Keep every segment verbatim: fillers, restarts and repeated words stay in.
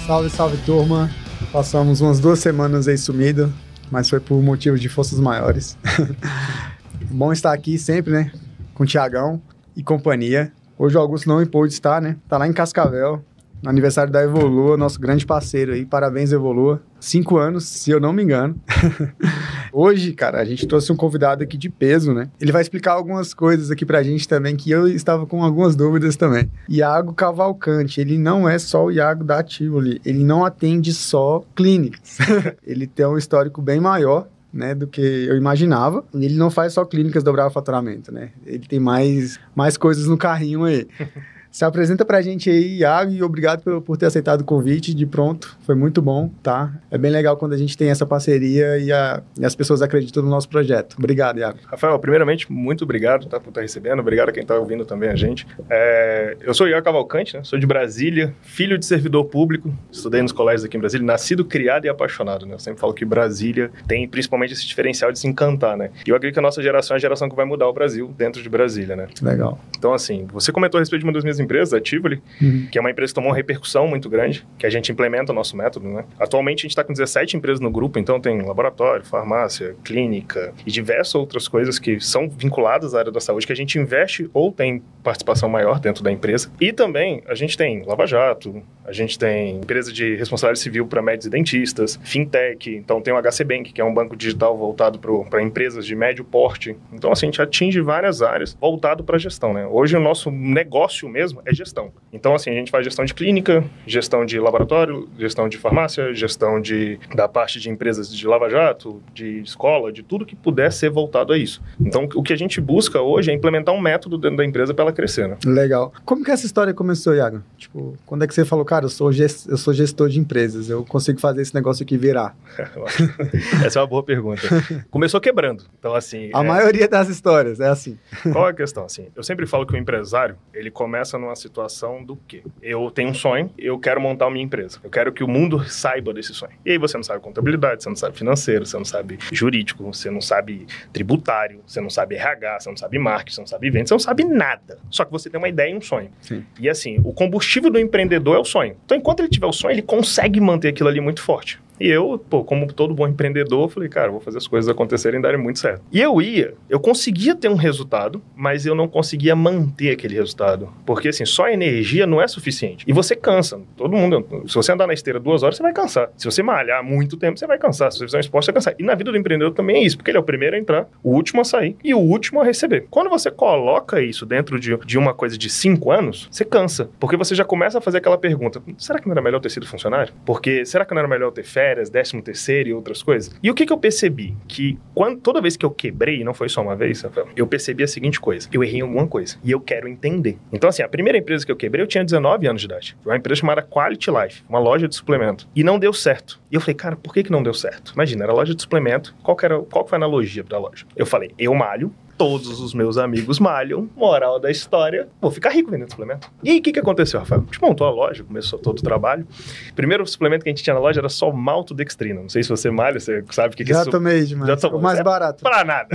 Salve, salve, turma. Passamos umas duas semanas aí sumido, mas foi por motivos de forças maiores. Bom estar aqui sempre, né? Com o Thiagão e companhia. Hoje o Augusto não pôde estar, né? Tá lá em Cascavel, no aniversário da Evolua, nosso grande parceiro aí. Parabéns, Evolua. Cinco anos, se eu não me engano. Hoje, cara, a gente trouxe um convidado aqui de peso, né? Ele vai explicar algumas coisas aqui pra gente também, que eu estava com algumas dúvidas também. Iago Cavalcante, ele não é só o Iago da Tivoli, ele não atende só clínicas. Ele tem um histórico bem maior, né, do que eu imaginava. E ele não faz só clínicas dobrar o faturamento, né? Ele tem mais, mais coisas no carrinho aí. Se apresenta pra gente aí, Iago, e obrigado por, por ter aceitado o convite de pronto. Foi muito bom, tá? É bem legal quando a gente tem essa parceria e, a, e as pessoas acreditam no nosso projeto. Obrigado, Iago. Rafael, primeiramente, muito obrigado, tá, por estar recebendo. Obrigado a quem está ouvindo também a gente. É, eu sou o Iago Cavalcante, né? Sou de Brasília, filho de servidor público. Estudei nos colégios aqui em Brasília, nascido, criado e apaixonado, né? Eu sempre falo que Brasília tem principalmente esse diferencial de se encantar, né? E eu acredito que a nossa geração é a geração que vai mudar o Brasil dentro de Brasília, né? Legal. Então, assim, você comentou a respeito de uma das minhas empresas, a Tivoli, uhum. que é uma empresa que tomou uma repercussão muito grande, que a gente implementa o nosso método, né? Atualmente, a gente está com dezessete empresas no grupo, então tem laboratório, farmácia, clínica e diversas outras coisas que são vinculadas à área da saúde, que a gente investe ou tem participação maior dentro da empresa. E também, a gente tem Lava Jato, a gente tem empresa de responsabilidade civil para médicos e dentistas, fintech, então tem o H C Bank, que é um banco digital voltado para empresas de médio porte. Então, assim, a gente atinge várias áreas voltado para a gestão, né? Hoje, o nosso negócio mesmo é gestão. Então, assim, a gente faz gestão de clínica, gestão de laboratório, gestão de farmácia, gestão de, da parte de empresas de Lava Jato, de escola, de tudo que puder ser voltado a isso. Então, o que a gente busca hoje é implementar um método dentro da empresa para ela crescer, né? Legal. Como que essa história começou, Iago? Tipo, quando é que você falou, cara, eu sou, gest... eu sou gestor de empresas, eu consigo fazer esse negócio aqui virar? Essa é uma boa pergunta. Começou quebrando. Então, assim... A é... maioria das histórias é assim. Qual é a questão? Assim, eu sempre falo que o empresário, ele começa numa situação do quê? Eu tenho um sonho, eu quero montar uma minha empresa. Eu quero que o mundo saiba desse sonho. E aí você não sabe contabilidade, você não sabe financeiro, você não sabe jurídico, você não sabe tributário, você não sabe R H, você não sabe marketing, você não sabe venda, você não sabe nada. Só que você tem uma ideia e um sonho. Sim. E assim, o combustível do empreendedor é o sonho. Então, enquanto ele tiver o sonho, ele consegue manter aquilo ali muito forte. E eu, pô, como todo bom empreendedor, falei, cara, vou fazer as coisas acontecerem e darem muito certo. E eu ia, eu conseguia ter um resultado, mas eu não conseguia manter aquele resultado. Porque, assim, só energia não é suficiente. E você cansa. Todo mundo, se você andar na esteira duas horas, você vai cansar. Se você malhar muito tempo, você vai cansar. Se você fizer um esporte, você vai cansar. E na vida do empreendedor também é isso, porque ele é o primeiro a entrar, o último a sair e o último a receber. Quando você coloca isso dentro de, de uma coisa de cinco anos, você cansa. Porque você já começa a fazer aquela pergunta, será que não era melhor ter sido funcionário? Porque será que não era melhor ter férias? décimo terceiro e outras coisas. E o que que eu percebi? Que quando, toda vez que eu quebrei, não foi só uma vez, Rafael, eu percebi a seguinte coisa. Eu errei em alguma coisa. E eu quero entender. Então, assim, a primeira empresa que eu quebrei, eu tinha dezenove anos de idade. Foi uma empresa chamada Quality Life, uma loja de suplemento. E não deu certo. E eu falei, cara, por que que não deu certo? Imagina, era loja de suplemento. Qual que era, qual que foi a analogia da loja? Eu falei, eu malho, todos os meus amigos malham, moral da história, vou ficar rico vendendo suplemento. E aí, o que que aconteceu, Rafael? A gente montou a loja, começou todo o trabalho. O primeiro suplemento que a gente tinha na loja era só maltodextrina. Não sei se você malha, você sabe o que, que Já é isso. Já tomei demais. Já tomou. O mais é barato. Pra nada.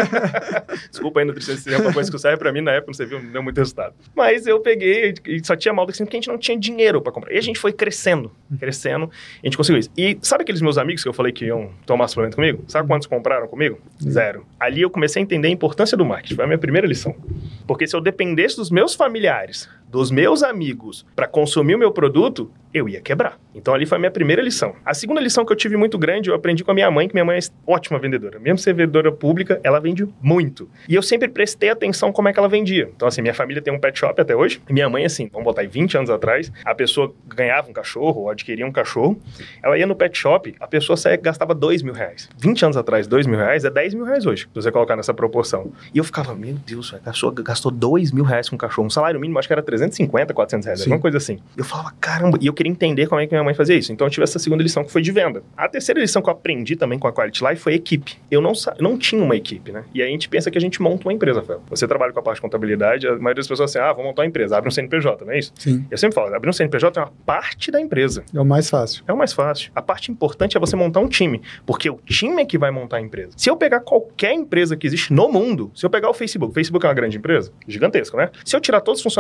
Desculpa aí, nutricionista, se é uma coisa que serve pra mim, na época não serviu, não deu muito resultado. Mas eu peguei e só tinha maltodextrina porque a gente não tinha dinheiro pra comprar. E a gente foi crescendo, crescendo, a gente conseguiu isso. E sabe aqueles meus amigos que eu falei que iam tomar suplemento comigo? Sabe quantos compraram comigo? Zero. Ali eu comecei a entender a importância do marketing. Foi a minha primeira lição. Porque se eu dependesse dos meus familiares, dos meus amigos, para consumir o meu produto, eu ia quebrar. Então ali foi a minha primeira lição. A segunda lição que eu tive muito grande, eu aprendi com a minha mãe, que minha mãe é ótima vendedora. Mesmo ser vendedora pública, ela vende muito. E eu sempre prestei atenção como é que ela vendia. Então assim, minha família tem um pet shop até hoje. E minha mãe, assim, vamos botar aí vinte anos atrás, a pessoa ganhava um cachorro ou adquiria um cachorro, ela ia no pet shop, a pessoa saia, gastava dois mil reais. vinte anos atrás, dois mil reais é dez mil reais hoje, se você colocar nessa proporção. E eu ficava, meu Deus, a pessoa gastou dois mil reais com um cachorro. Um salário mínimo, acho que era trezentos e cinquenta, quatrocentos reais, alguma coisa assim. Eu falava, caramba, e eu queria entender como é que minha mãe fazia isso. Então eu tive essa segunda lição que foi de venda. A terceira lição que eu aprendi também com a Quality Life foi equipe. Eu não, não tinha uma equipe, né? E aí a gente pensa que a gente monta uma empresa, Rafael. Você trabalha com a parte de contabilidade, a maioria das pessoas assim, ah, vou montar uma empresa, abre um C N P J, não é isso? Sim. Eu sempre falo, abrir um C N P J é uma parte da empresa. É o mais fácil. É o mais fácil. A parte importante é você montar um time, porque o time é que vai montar a empresa. Se eu pegar qualquer empresa que existe no mundo, se eu pegar o Facebook, o Facebook é uma grande empresa, gigantesca, né? Se eu tirar todos os funcionários do Facebook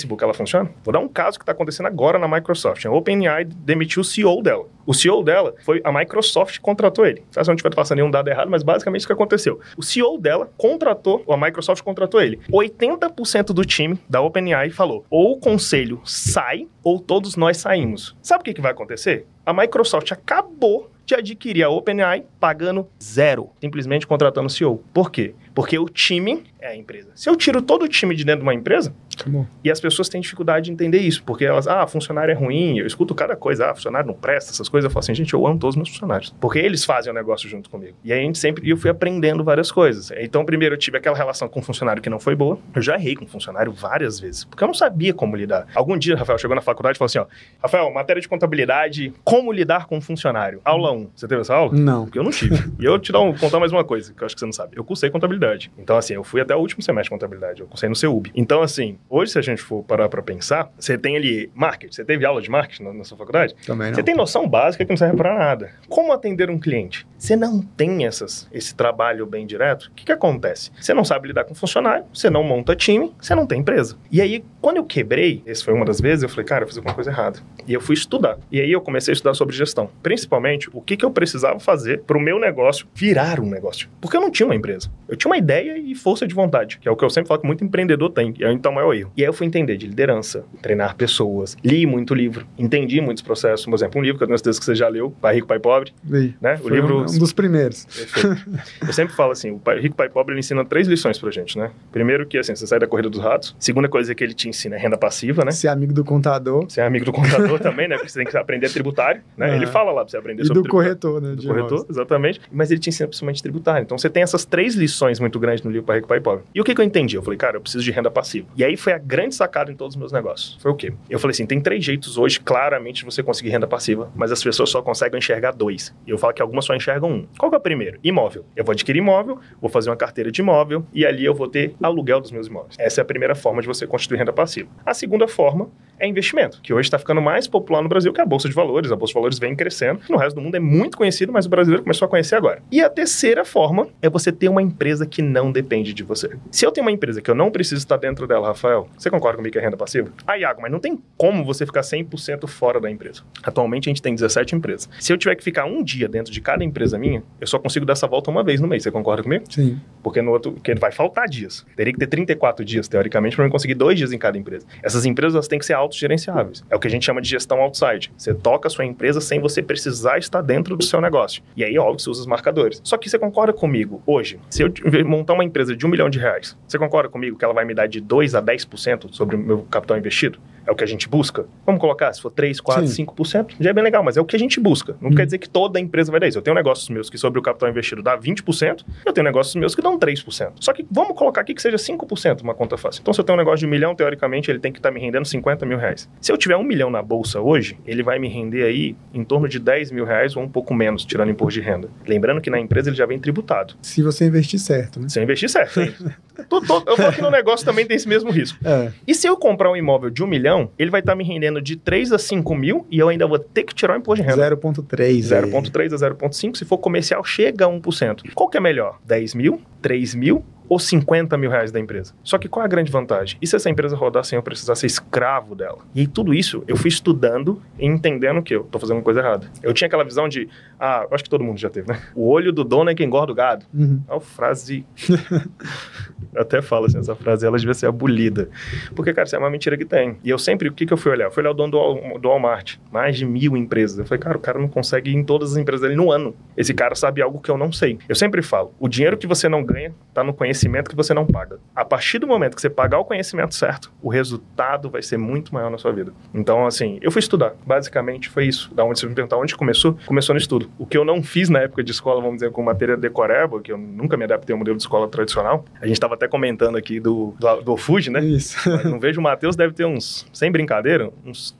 Facebook, ela funciona? Vou dar um caso que está acontecendo agora na Microsoft. A OpenAI demitiu o C E O dela. O C E O dela foi a Microsoft que contratou ele. Se eu não estiver passando nenhum dado errado, mas basicamente isso que aconteceu. O C E O dela contratou, ou a Microsoft contratou ele. oitenta por cento do time da OpenAI falou, ou o conselho sai, ou todos nós saímos. Sabe o que, que vai acontecer? A Microsoft acabou de adquirir a OpenAI pagando zero, simplesmente contratando o C E O. Por quê? Porque o time é a empresa. Se eu tiro todo o time de dentro de uma empresa, Acabou. E as pessoas têm dificuldade de entender isso, porque elas, ah, funcionário é ruim, eu escuto cada coisa, ah, funcionário não presta, essas coisas, eu falo assim, gente, eu amo todos os meus funcionários, porque eles fazem o negócio junto comigo. E aí a gente sempre, eu fui aprendendo várias coisas. Então, primeiro eu tive aquela relação com um funcionário que não foi boa, eu já errei com um funcionário várias vezes, porque eu não sabia como lidar. Algum dia, Rafael chegou na faculdade e falou assim, ó, Rafael, matéria de contabilidade, como lidar com um funcionário? Aula um. Você teve essa aula? Não. Porque eu não tive. E eu te dar um, contar mais uma coisa, que eu acho que você não sabe. Eu cursei contabilidade. Então, assim, eu fui até o último semestre de contabilidade, eu cursei no C E U B. Então, assim, hoje, se a gente for parar pra pensar, você tem ali marketing, você teve aula de marketing na, na sua faculdade? Também não. Você tem noção básica que não serve pra nada. Como atender um cliente? Você não tem essas, esse trabalho bem direto, o que que acontece? Você não sabe lidar com funcionário, você não monta time, você não tem empresa. E aí, quando eu quebrei, essa foi uma das vezes, eu falei, cara, eu fiz alguma coisa errada. E eu fui estudar. E aí eu comecei a estudar sobre gestão. Principalmente, o que que eu precisava fazer pro meu negócio virar um negócio. Porque eu não tinha uma empresa. Eu tinha uma ideia e força de vontade, que é o que eu sempre falo que muito empreendedor tem, e é então o maior erro. E aí eu fui entender de liderança, treinar pessoas, li muito livro, entendi muitos processos. Por exemplo, um livro que eu tenho certeza que você já leu, Pai Rico, Pai Pobre. Vi. Né? O Foi livro... um, um dos primeiros. Perfeito. Eu sempre falo assim, o Pai Rico, Pai Pobre, ele ensina três lições pra gente, né? Primeiro que, assim, você sai da corrida dos ratos. Segunda coisa que ele te ensina é renda passiva, né? Ser amigo do contador. Você é amigo do contador também, né? Porque você tem que aprender tributário, né? Uhum. Ele fala lá pra você aprender E sobre do corretor, né? Do de corretor, imóveis. exatamente. Mas ele te ensina principalmente tributário. Então você tem essas três lições muito grandes no livro Pai Rico, Pai Pobre. E o que que eu entendi? Eu falei, cara, eu preciso de renda passiva. E aí foi a grande sacada em todos os meus negócios. Foi o quê? Eu falei assim, tem três jeitos hoje, claramente, de você conseguir renda passiva, mas as pessoas só conseguem enxergar dois. E eu falo que algumas só enxergam um. Qual que é o primeiro? Imóvel. Eu vou adquirir imóvel, vou fazer uma carteira de imóvel e ali eu vou ter aluguel dos meus imóveis. Essa é a primeira forma de você constituir renda passiva. A segunda forma é investimento, que hoje está ficando mais popular no Brasil, que é a Bolsa de Valores. A Bolsa de Valores vem crescendo. No resto do mundo é muito conhecido, mas o brasileiro começou a conhecer agora. E a terceira forma é você ter uma empresa que não depende de você. Se eu tenho uma empresa que eu não preciso estar dentro dela, Rafael, você concorda comigo que é renda passiva? Ah, Iago, mas não tem como você ficar cem por cento fora da empresa. Atualmente a gente tem dezessete empresas. Se eu tiver que ficar um dia dentro de cada empresa minha, eu só consigo dar essa volta uma vez no mês. Você concorda comigo? Sim. Porque no outro, porque vai faltar dias. Teria que ter trinta e quatro dias, teoricamente, para eu conseguir dois dias em cada empresa. Essas empresas elas têm que ser autogerenciáveis. É o que a gente chama de gestão outside. Você toca a sua empresa sem você precisar estar dentro do seu negócio. E aí, óbvio, você usa os marcadores. Só que você concorda comigo, hoje, se eu montar uma empresa de um milhão de reais, você concorda comigo que ela vai me dar de dois a dez por cento sobre o meu capital investido? É o que a gente busca? Vamos colocar, se for três, quatro, cinco por cento, já é bem legal, mas é o que a gente busca. Não hum. quer dizer que toda a empresa vai dar isso. Eu tenho negócios meus que sobre o capital investido dá vinte por cento, eu tenho negócios meus que dão três por cento. Só que vamos colocar aqui que seja cinco por cento, uma conta fácil. Então, se eu tenho um negócio de um milhão, teoricamente, ele tem que estar tá me rendendo cinquenta mil reais. Se eu tiver um milhão na bolsa hoje, ele vai me render aí em torno de dez mil reais ou um pouco menos, tirando imposto de renda. Lembrando que na empresa ele já vem tributado. Se você investir certo, né? Se eu investir certo, hein? tô, tô, eu falo que no negócio também tem esse mesmo risco. É. E se eu comprar um imóvel de um milhão, ele vai estar tá me rendendo de três a cinco mil e eu ainda vou ter que tirar o imposto de renda. zero vírgula três. zero vírgula três a zero vírgula cinco. Se for comercial, chega a um por cento. Qual que é melhor? dez mil? três mil? Ou cinquenta mil reais da empresa? Só que qual é a grande vantagem? E se essa empresa rodar sem eu precisar ser escravo dela? E aí, tudo isso eu fui estudando e entendendo que eu tô fazendo uma coisa errada. Eu tinha aquela visão de, ah, eu acho que todo mundo já teve, né? O olho do dono é quem engorda o gado. Uhum. É uma frase... eu até falo assim, essa frase, ela devia ser abolida. Porque, cara, isso é uma mentira que tem. E eu sempre, o que que eu fui olhar? Eu fui olhar o dono do, do Walmart. Mais de mil empresas. Eu falei, cara, o cara não consegue ir em todas as empresas dele no ano. Esse cara sabe algo que eu não sei. Eu sempre falo, o dinheiro que você não ganha tá no conhecimento que você não paga. A partir do momento que você pagar o conhecimento certo, o resultado vai ser muito maior na sua vida. Então, assim, eu fui estudar. Basicamente, foi isso. Da onde você me perguntar onde começou? Começou no estudo. O que eu não fiz na época de escola, vamos dizer, com matéria decoreba, que eu nunca me adaptei ao modelo de escola tradicional. A gente estava até comentando aqui do, do, do Fuji, né? Isso. Não vejo o Matheus, deve ter uns, sem brincadeira, uns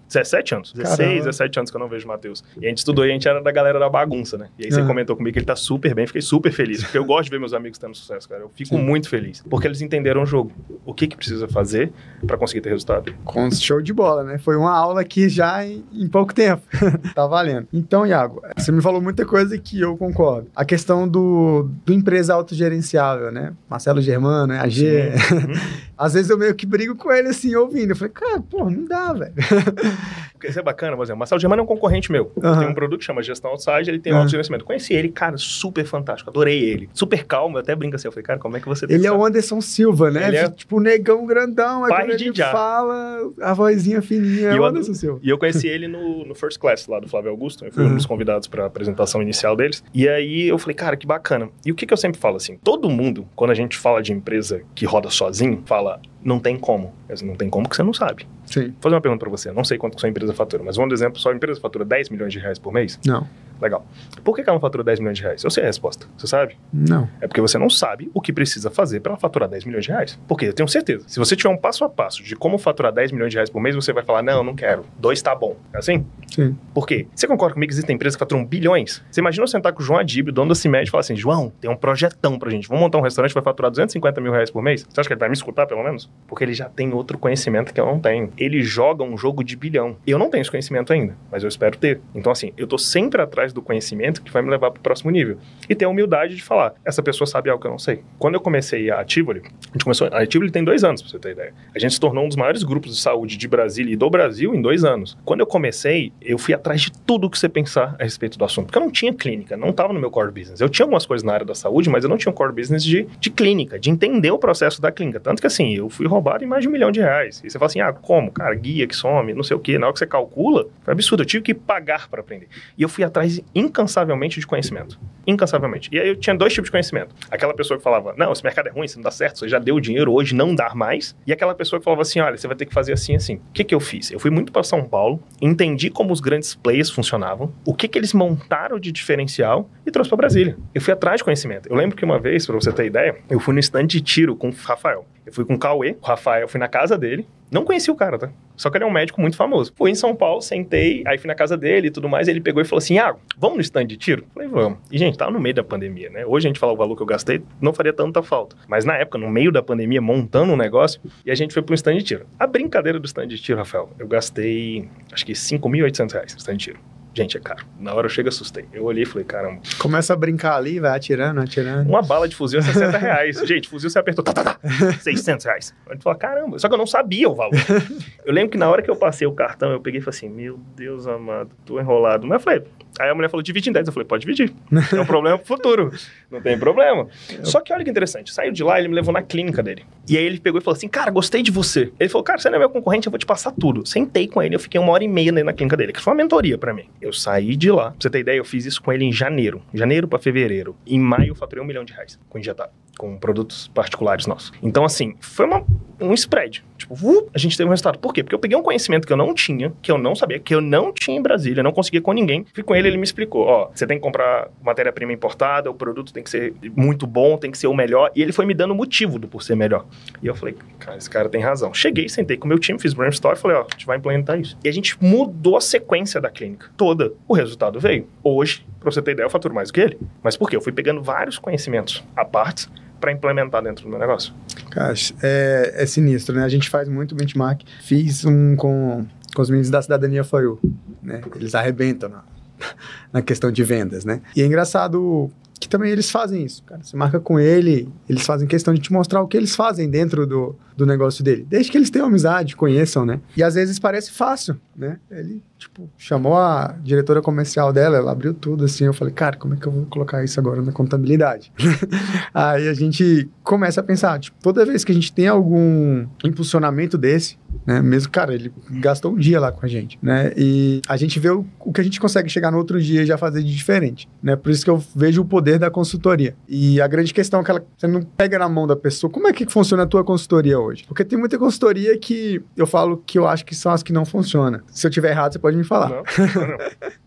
dezessete anos. dezesseis, Caramba. dezessete anos que eu não vejo o Matheus. E a gente estudou e a gente era da galera da bagunça, né? E aí você Uhum. comentou comigo que ele tá super bem, fiquei super feliz. Porque eu gosto de ver meus amigos tendo sucesso, cara. Eu fico Sim. muito feliz. Porque eles entenderam o jogo. O que que precisa fazer pra conseguir ter resultado. Com show de bola, né? Foi uma aula aqui já em, em pouco tempo. Tá valendo. Então, Iago, você me falou muita coisa que eu concordo. A questão do, do empresa autogerenciável, né? Marcelo Germano, A G. Uhum. Às vezes eu meio que brigo com ele assim, ouvindo. Eu falei, cara, pô, não dá, velho. Porque isso é bacana, por exemplo. Marcelo Germano é um concorrente meu. Uhum. Tem um produto que chama Gestão Outside, ele tem um Uhum. autogerenciamento. Conheci ele, cara, super fantástico. Adorei ele. Super calmo, eu até brinco assim. Eu falei, cara, como é que você tem Ele é essa- o Anderson Silva, né? Ele é- Tipo, negão grandão. Aí Pai quando de ele já. fala, a vozinha fininha. E É eu o ado- Anderson Silva. E eu conheci ele no, no First Class, lá do Flávio Augusto. Eu fui Uhum. um dos convidados para a apresentação inicial deles. E aí eu falei, cara, que bacana. E o que, que eu sempre falo assim? Todo mundo, quando a gente fala de empresa que roda sozinho, fala, não tem como. Mas não tem como que você não sabe. Sim. Vou fazer uma pergunta para você. Não sei quanto que sua empresa fatura, mas vamos dar exemplo, sua empresa fatura dez milhões de reais por mês? Não. Legal. Por que que ela não fatura dez milhões de reais? Eu sei a resposta. Você sabe? Não. É porque você não sabe o que precisa fazer para ela faturar dez milhões de reais. Porque eu tenho certeza. Se você tiver um passo a passo de como faturar dez milhões de reais por mês, você vai falar, não, não quero. Dois tá bom. É assim? Sim. Por quê? Você concorda comigo que existem empresas que faturam bilhões? Você imagina eu sentar com o João Adib, o dono da CIMED, e falar assim, João, tem um projetão pra gente. Vamos montar um restaurante que vai faturar duzentos e cinquenta mil reais por mês? Você acha que ele vai me escutar, pelo menos? Porque ele já tem outro conhecimento que eu não tenho. Ele joga um jogo de bilhão. Eu não tenho esse conhecimento ainda, mas eu espero ter. Então, assim, eu tô sempre atrás do conhecimento que vai me levar pro próximo nível. E ter a humildade de falar, essa pessoa sabe algo que eu não sei. Quando eu comecei a Tivoli, a gente começou... A Tivoli tem dois anos, pra você ter ideia. A gente se tornou um dos maiores grupos de saúde de Brasília e do Brasil em dois anos. Quando eu comecei, eu fui atrás de tudo que você pensar a respeito do assunto. Porque eu não tinha clínica, não estava no meu core business. Eu tinha algumas coisas na área da saúde, mas eu não tinha um core business de, de clínica, de entender o processo da clínica. Tanto que, assim, eu fui roubado em mais de um milhão de reais. E você fala assim, ah, como? Cara, guia que some, não sei o quê. Na hora que você calcula, foi absurdo. Eu tive que pagar para aprender. E eu fui atrás incansavelmente de conhecimento. Incansavelmente. E aí eu tinha dois tipos de conhecimento. Aquela pessoa que falava, não, esse mercado é ruim, isso não dá certo, você já deu dinheiro, hoje não dá mais. E aquela pessoa que falava assim, olha, você vai ter que fazer assim, assim. O que que eu fiz? Eu fui muito para São Paulo, entendi como os grandes players funcionavam, o que que eles montaram de diferencial e trouxe para Brasília. Eu fui atrás de conhecimento. Eu lembro que uma vez, para você ter ideia, eu fui no stand de tiro com o Rafael. Eu fui com o Cauê, o Rafael, fui na casa dele. Não conheci o cara, tá? Só que ele é um médico muito famoso. Fui em São Paulo, sentei, aí fui na casa dele e tudo mais. Ele pegou e falou assim, ah, vamos no stand de tiro? Falei, vamos. E, gente, tava no meio da pandemia, né? Hoje a gente fala o valor que eu gastei, não faria tanta falta. Mas na época, no meio da pandemia, montando um negócio, e a gente foi pro stand de tiro. A brincadeira do stand de tiro, Rafael, eu gastei, acho que cinco mil e oitocentos reais no stand de tiro. Gente, é caro. Na hora eu chego, assustei. Eu olhei e falei, caramba. Começa a brincar ali, vai atirando, atirando. Uma bala de fuzil é sessenta reais. Gente, fuzil você apertou, tá, tá, tá, seiscentos reais. A gente falou, caramba. Só que eu não sabia o valor. Eu lembro que na hora que eu passei o cartão, eu peguei e falei assim, meu Deus amado, tô enrolado. Mas eu falei, aí a mulher falou, divide em dez. Eu falei, pode dividir. É um problema pro futuro. Não tem problema. Só que olha que interessante. Saiu de lá, ele me levou na clínica dele. E aí ele pegou e falou assim, cara, gostei de você. Ele falou, cara, você não é meu concorrente, eu vou te passar tudo. Sentei com ele, eu fiquei uma hora e meia na clínica dele, que foi uma mentoria pra mim. Eu saí de lá. Pra você ter ideia, eu fiz isso com ele em janeiro. Janeiro pra fevereiro. Em maio eu faturei um milhão de reais com injetado. Com produtos particulares nossos. Então, assim, foi uma, um spread. Tipo, uh, a gente teve um resultado. Por quê? Porque eu peguei um conhecimento que eu não tinha, que eu não sabia, que eu não tinha em Brasília, não conseguia com ninguém. Fui com ele, ele me explicou, ó, você tem que comprar matéria-prima importada, o produto tem que ser muito bom, tem que ser o melhor. E ele foi me dando motivo do por ser melhor. E eu falei, cara, esse cara tem razão. Cheguei, sentei com o meu time, fiz brainstorm e falei, ó, a gente vai implementar isso. E a gente mudou a sequência da clínica toda. O resultado veio. Hoje, pra você ter ideia, eu faturo mais do que ele. Mas por quê? Eu fui pegando vários conhecimentos à parte para implementar dentro do meu negócio. Cara, é, é sinistro, né? A gente faz muito benchmark. Fiz um com, com os meninos da Cidadania F A I U, né? Eles arrebentam na, na questão de vendas, né? E é engraçado que também eles fazem isso, cara. Você marca com ele, eles fazem questão de te mostrar o que eles fazem dentro do, do negócio dele. Desde que eles tenham amizade, conheçam, né? E às vezes parece fácil, né? Ele, tipo, chamou a diretora comercial dela, ela abriu tudo, assim. Eu falei, cara, como é que eu vou colocar isso agora na contabilidade? Aí a gente começa a pensar, tipo, toda vez que a gente tem algum impulsionamento desse, né? Mesmo, cara, ele gastou um dia lá com a gente, né? E a gente vê o, o que a gente consegue chegar no outro dia e já fazer de diferente, né? Por isso que eu vejo o poder da consultoria. E a grande questão é que ela, você não pega na mão da pessoa. Como é que funciona a tua consultoria hoje? Porque tem muita consultoria que eu falo que eu acho que são as que não funcionam. Se eu tiver errado, você pode me falar. Não, não.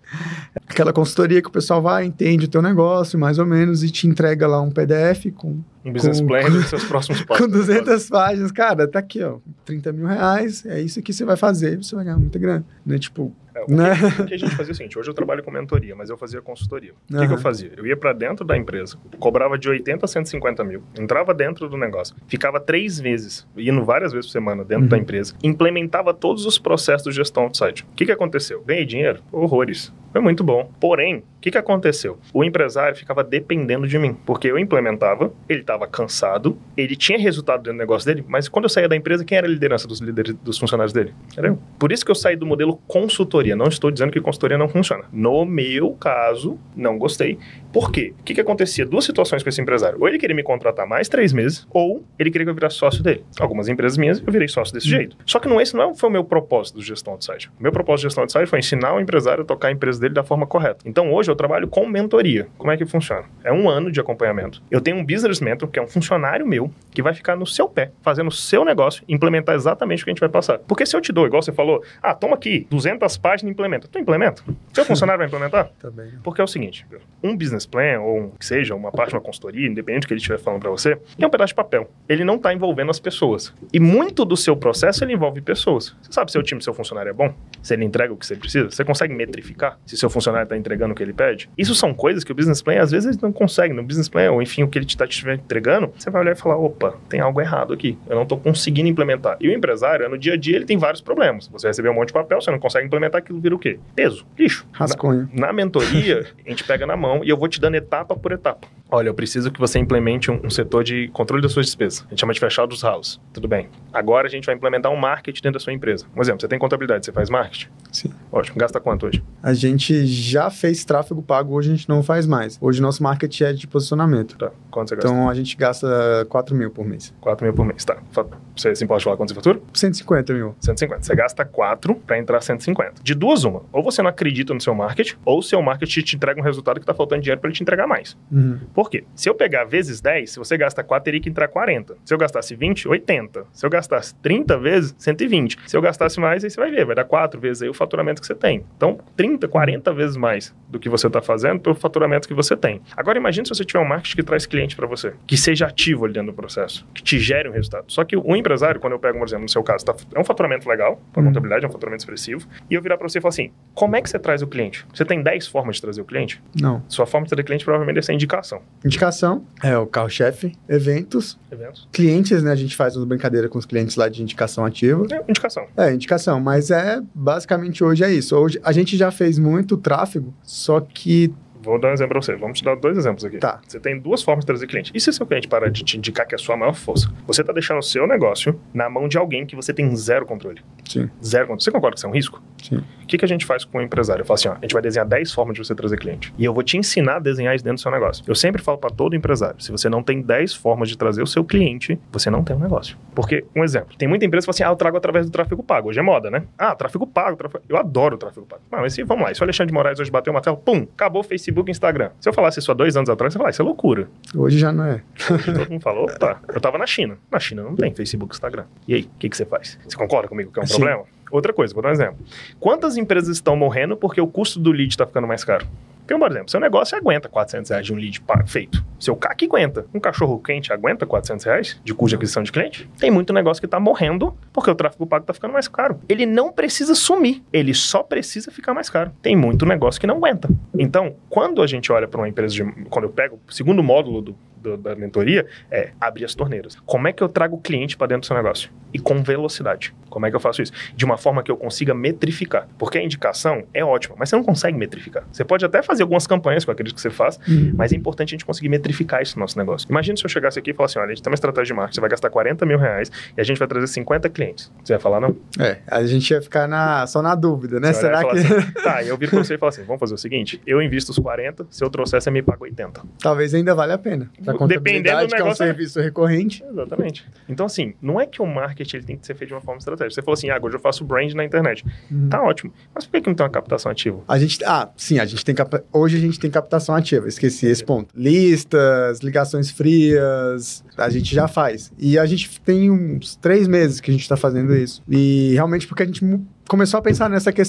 Aquela consultoria que o pessoal vai, entende o teu negócio, mais ou menos, e te entrega lá um P D F com... Um business com, plan com, dos seus próximos passos. Com duzentas páginas. Cara, tá aqui, ó, trinta mil reais, é isso que você vai fazer, você vai ganhar muita grana. Né? Tipo... É, o, né? que, o que a gente fazia é o seguinte, hoje eu trabalho com mentoria, mas eu fazia consultoria. O Uhum. que, que eu fazia? Eu ia pra dentro da empresa, cobrava de oitenta a cento e cinquenta mil, entrava dentro do negócio, ficava três meses, indo várias vezes por semana dentro uhum. da empresa, implementava todos os processos de gestão do site. O que, que aconteceu? Ganhei dinheiro? Horrores. Foi muito bom. Porém, o que, que aconteceu? O empresário ficava dependendo de mim, porque eu implementava, ele estava cansado, ele tinha resultado dentro do negócio dele, mas quando eu saía da empresa, quem era a liderança dos líderes, dos funcionários dele? Era eu. Por isso que eu saí do modelo consultoria. Não estou dizendo que consultoria não funciona. No meu caso, não gostei. Por quê? O que, que acontecia? Duas situações com esse empresário. Ou ele queria me contratar mais três meses, ou ele queria que eu virasse sócio dele. Algumas empresas minhas, eu virei sócio desse jeito. Só que não, esse não foi o meu propósito de gestão de site. O meu propósito de gestão de site foi ensinar o empresário a tocar a empresa dele da forma correta. Então, hoje eu trabalho com mentoria. Como é que funciona? É um ano de acompanhamento. Eu tenho um business mentor, que é um funcionário meu, que vai ficar no seu pé, fazendo o seu negócio, implementar exatamente o que a gente vai passar. Porque se eu te dou, igual você falou, ah, toma aqui, duzentas páginas e implementa. Tu implementa? Seu funcionário vai implementar? Também. Porque é o seguinte, um business plan, ou um, que seja uma parte de uma consultoria, independente do que ele estiver falando para você, é um pedaço de papel. Ele não está envolvendo as pessoas. E muito do seu processo, ele envolve pessoas. Você sabe se o time do seu funcionário é bom? Se ele entrega o que você precisa? Você consegue metrificar se seu funcionário está entregando o que ele pede? Isso são coisas que o business plan, às vezes, ele não consegue. No business plan, ou enfim, o que ele está te entregando, você vai olhar e falar, opa, tem algo errado aqui. Eu não estou conseguindo implementar. E o empresário, no dia a dia, ele tem vários problemas. Você recebeu um monte de papel, você não consegue implementar, aquilo vira o quê? Peso, lixo. Rascunho. Na, na mentoria, a gente pega na mão e eu vou te dando etapa por etapa. Olha, eu preciso que você implemente um, um setor de controle das suas despesas. A gente chama de fechado dos house. Tudo bem. Agora a gente vai implementar um marketing dentro da sua empresa. Um exemplo, você tem contabilidade, você faz marketing? Sim. Ótimo. Gasta quanto hoje? A gente já fez tráfego pago, hoje a gente não faz mais. Hoje nosso marketing é de posicionamento. Tá. Quanto você gasta? Então a gente gasta quatro mil por mês. quatro mil por mês, tá. Você se pode falar quanto você fatura? cento e cinquenta mil. cento e cinquenta. Você gasta quatro para entrar cento e cinquenta. De duas, uma. Ou você não acredita no seu marketing, ou o seu marketing te entrega um resultado que tá faltando dinheiro para ele te entregar mais. Uhum. Por quê? Se eu pegar vezes dez, se você gasta quatro, teria que entrar quarenta. Se eu gastasse vinte, oitenta. Se eu gastasse trinta vezes, cento e vinte. Se eu gastasse mais, aí você vai ver, vai dar quatro vezes aí o faturamento que você tem. Então, trinta, quarenta vezes mais do que você está fazendo pelo faturamento que você tem. Agora, imagine se você tiver um marketing que traz cliente para você, que seja ativo ali dentro do processo, que te gere um resultado. Só que o empresário, quando eu pego, por exemplo, no seu caso, tá, é um faturamento legal, para a contabilidade, é um faturamento expressivo, e eu virar para você e falar assim, como é que você traz o cliente? Você tem dez formas de trazer o cliente? Não. Sua forma de trazer cliente provavelmente é essa indicação. Indicação é o carro-chefe, eventos, Eventos. Clientes, né? A gente faz uma brincadeira com os clientes lá de indicação ativa. É, indicação. É, indicação, mas é basicamente hoje é isso. Hoje a gente já fez muito tráfego, só que... Vou dar um exemplo para você. Vamos te dar dois exemplos aqui. Tá. Você tem duas formas de trazer cliente. E se o seu cliente parar de te indicar que é a sua maior força? Você está deixando o seu negócio na mão de alguém que você tem zero controle. Sim. Zero controle. Você concorda que isso é um risco? Sim. O que, que a gente faz com o empresário? Eu falo assim, ó, a gente vai desenhar dez formas de você trazer cliente. E eu vou te ensinar a desenhar isso dentro do seu negócio. Eu sempre falo para todo empresário, se você não tem dez formas de trazer o seu cliente, você não tem um negócio. Porque, um exemplo, tem muita empresa que fala assim, ah, eu trago através do tráfego pago. Hoje é moda, né? Ah, tráfego pago. Tráfego... Eu adoro o tráfego pago. Não, mas se, vamos lá, se o Alexandre de Moraes hoje bateu uma tela, pum, acabou o Facebook e Instagram. Se eu falasse isso há dois anos atrás, você fala, ah, isso é loucura. Hoje já não é. Hoje todo mundo falou, opa, eu tava na China. Na China não tem Facebook e Instagram. E aí, o que, que você faz? Você concorda comigo que é um Sim. problema? Outra coisa, vou dar um exemplo. Quantas empresas estão morrendo porque o custo do lead está ficando mais caro? Porque, por exemplo, seu negócio aguenta quatrocentos reais de um lead feito. Seu C A C aguenta. Um cachorro quente aguenta quatrocentos reais de custo de aquisição de cliente? Tem muito negócio que está morrendo porque o tráfego pago está ficando mais caro. Ele não precisa sumir. Ele só precisa ficar mais caro. Tem muito negócio que não aguenta. Então, quando a gente olha para uma empresa de... Quando eu pego o segundo módulo do Do, da mentoria, é abrir as torneiras. Como é que eu trago o cliente para dentro do seu negócio? E com velocidade. Como é que eu faço isso? De uma forma que eu consiga metrificar. Porque a indicação é ótima, mas você não consegue metrificar. Você pode até fazer algumas campanhas, que eu acredito que você faz, uhum. mas é importante a gente conseguir metrificar isso no nosso negócio. Imagina se eu chegasse aqui e falasse assim, olha, a gente tem uma estratégia de marketing, você vai gastar quarenta mil reais e a gente vai trazer cinquenta clientes. Você vai falar não? É, a gente ia ficar na, só na dúvida, né? Será que... Assim, tá, eu viro pra você e falo assim, vamos fazer o seguinte, eu invisto os quarenta, se eu trouxer, você me paga oitenta. Talvez ainda valha a pena. Pra Dependendo do que é um serviço recorrente. Exatamente. Então, assim, não é que o marketing ele tem que ser feito de uma forma estratégica. Você falou assim, ah, hoje eu faço brand na internet. Uhum. Tá ótimo. Mas por que, que não tem uma captação ativa? A gente, ah, sim, a gente tem cap... hoje a gente tem captação ativa. Esqueci esse ponto. Listas, ligações frias, a gente já faz. E a gente tem uns três meses que a gente tá fazendo isso. E realmente porque a gente começou a pensar nessa questão.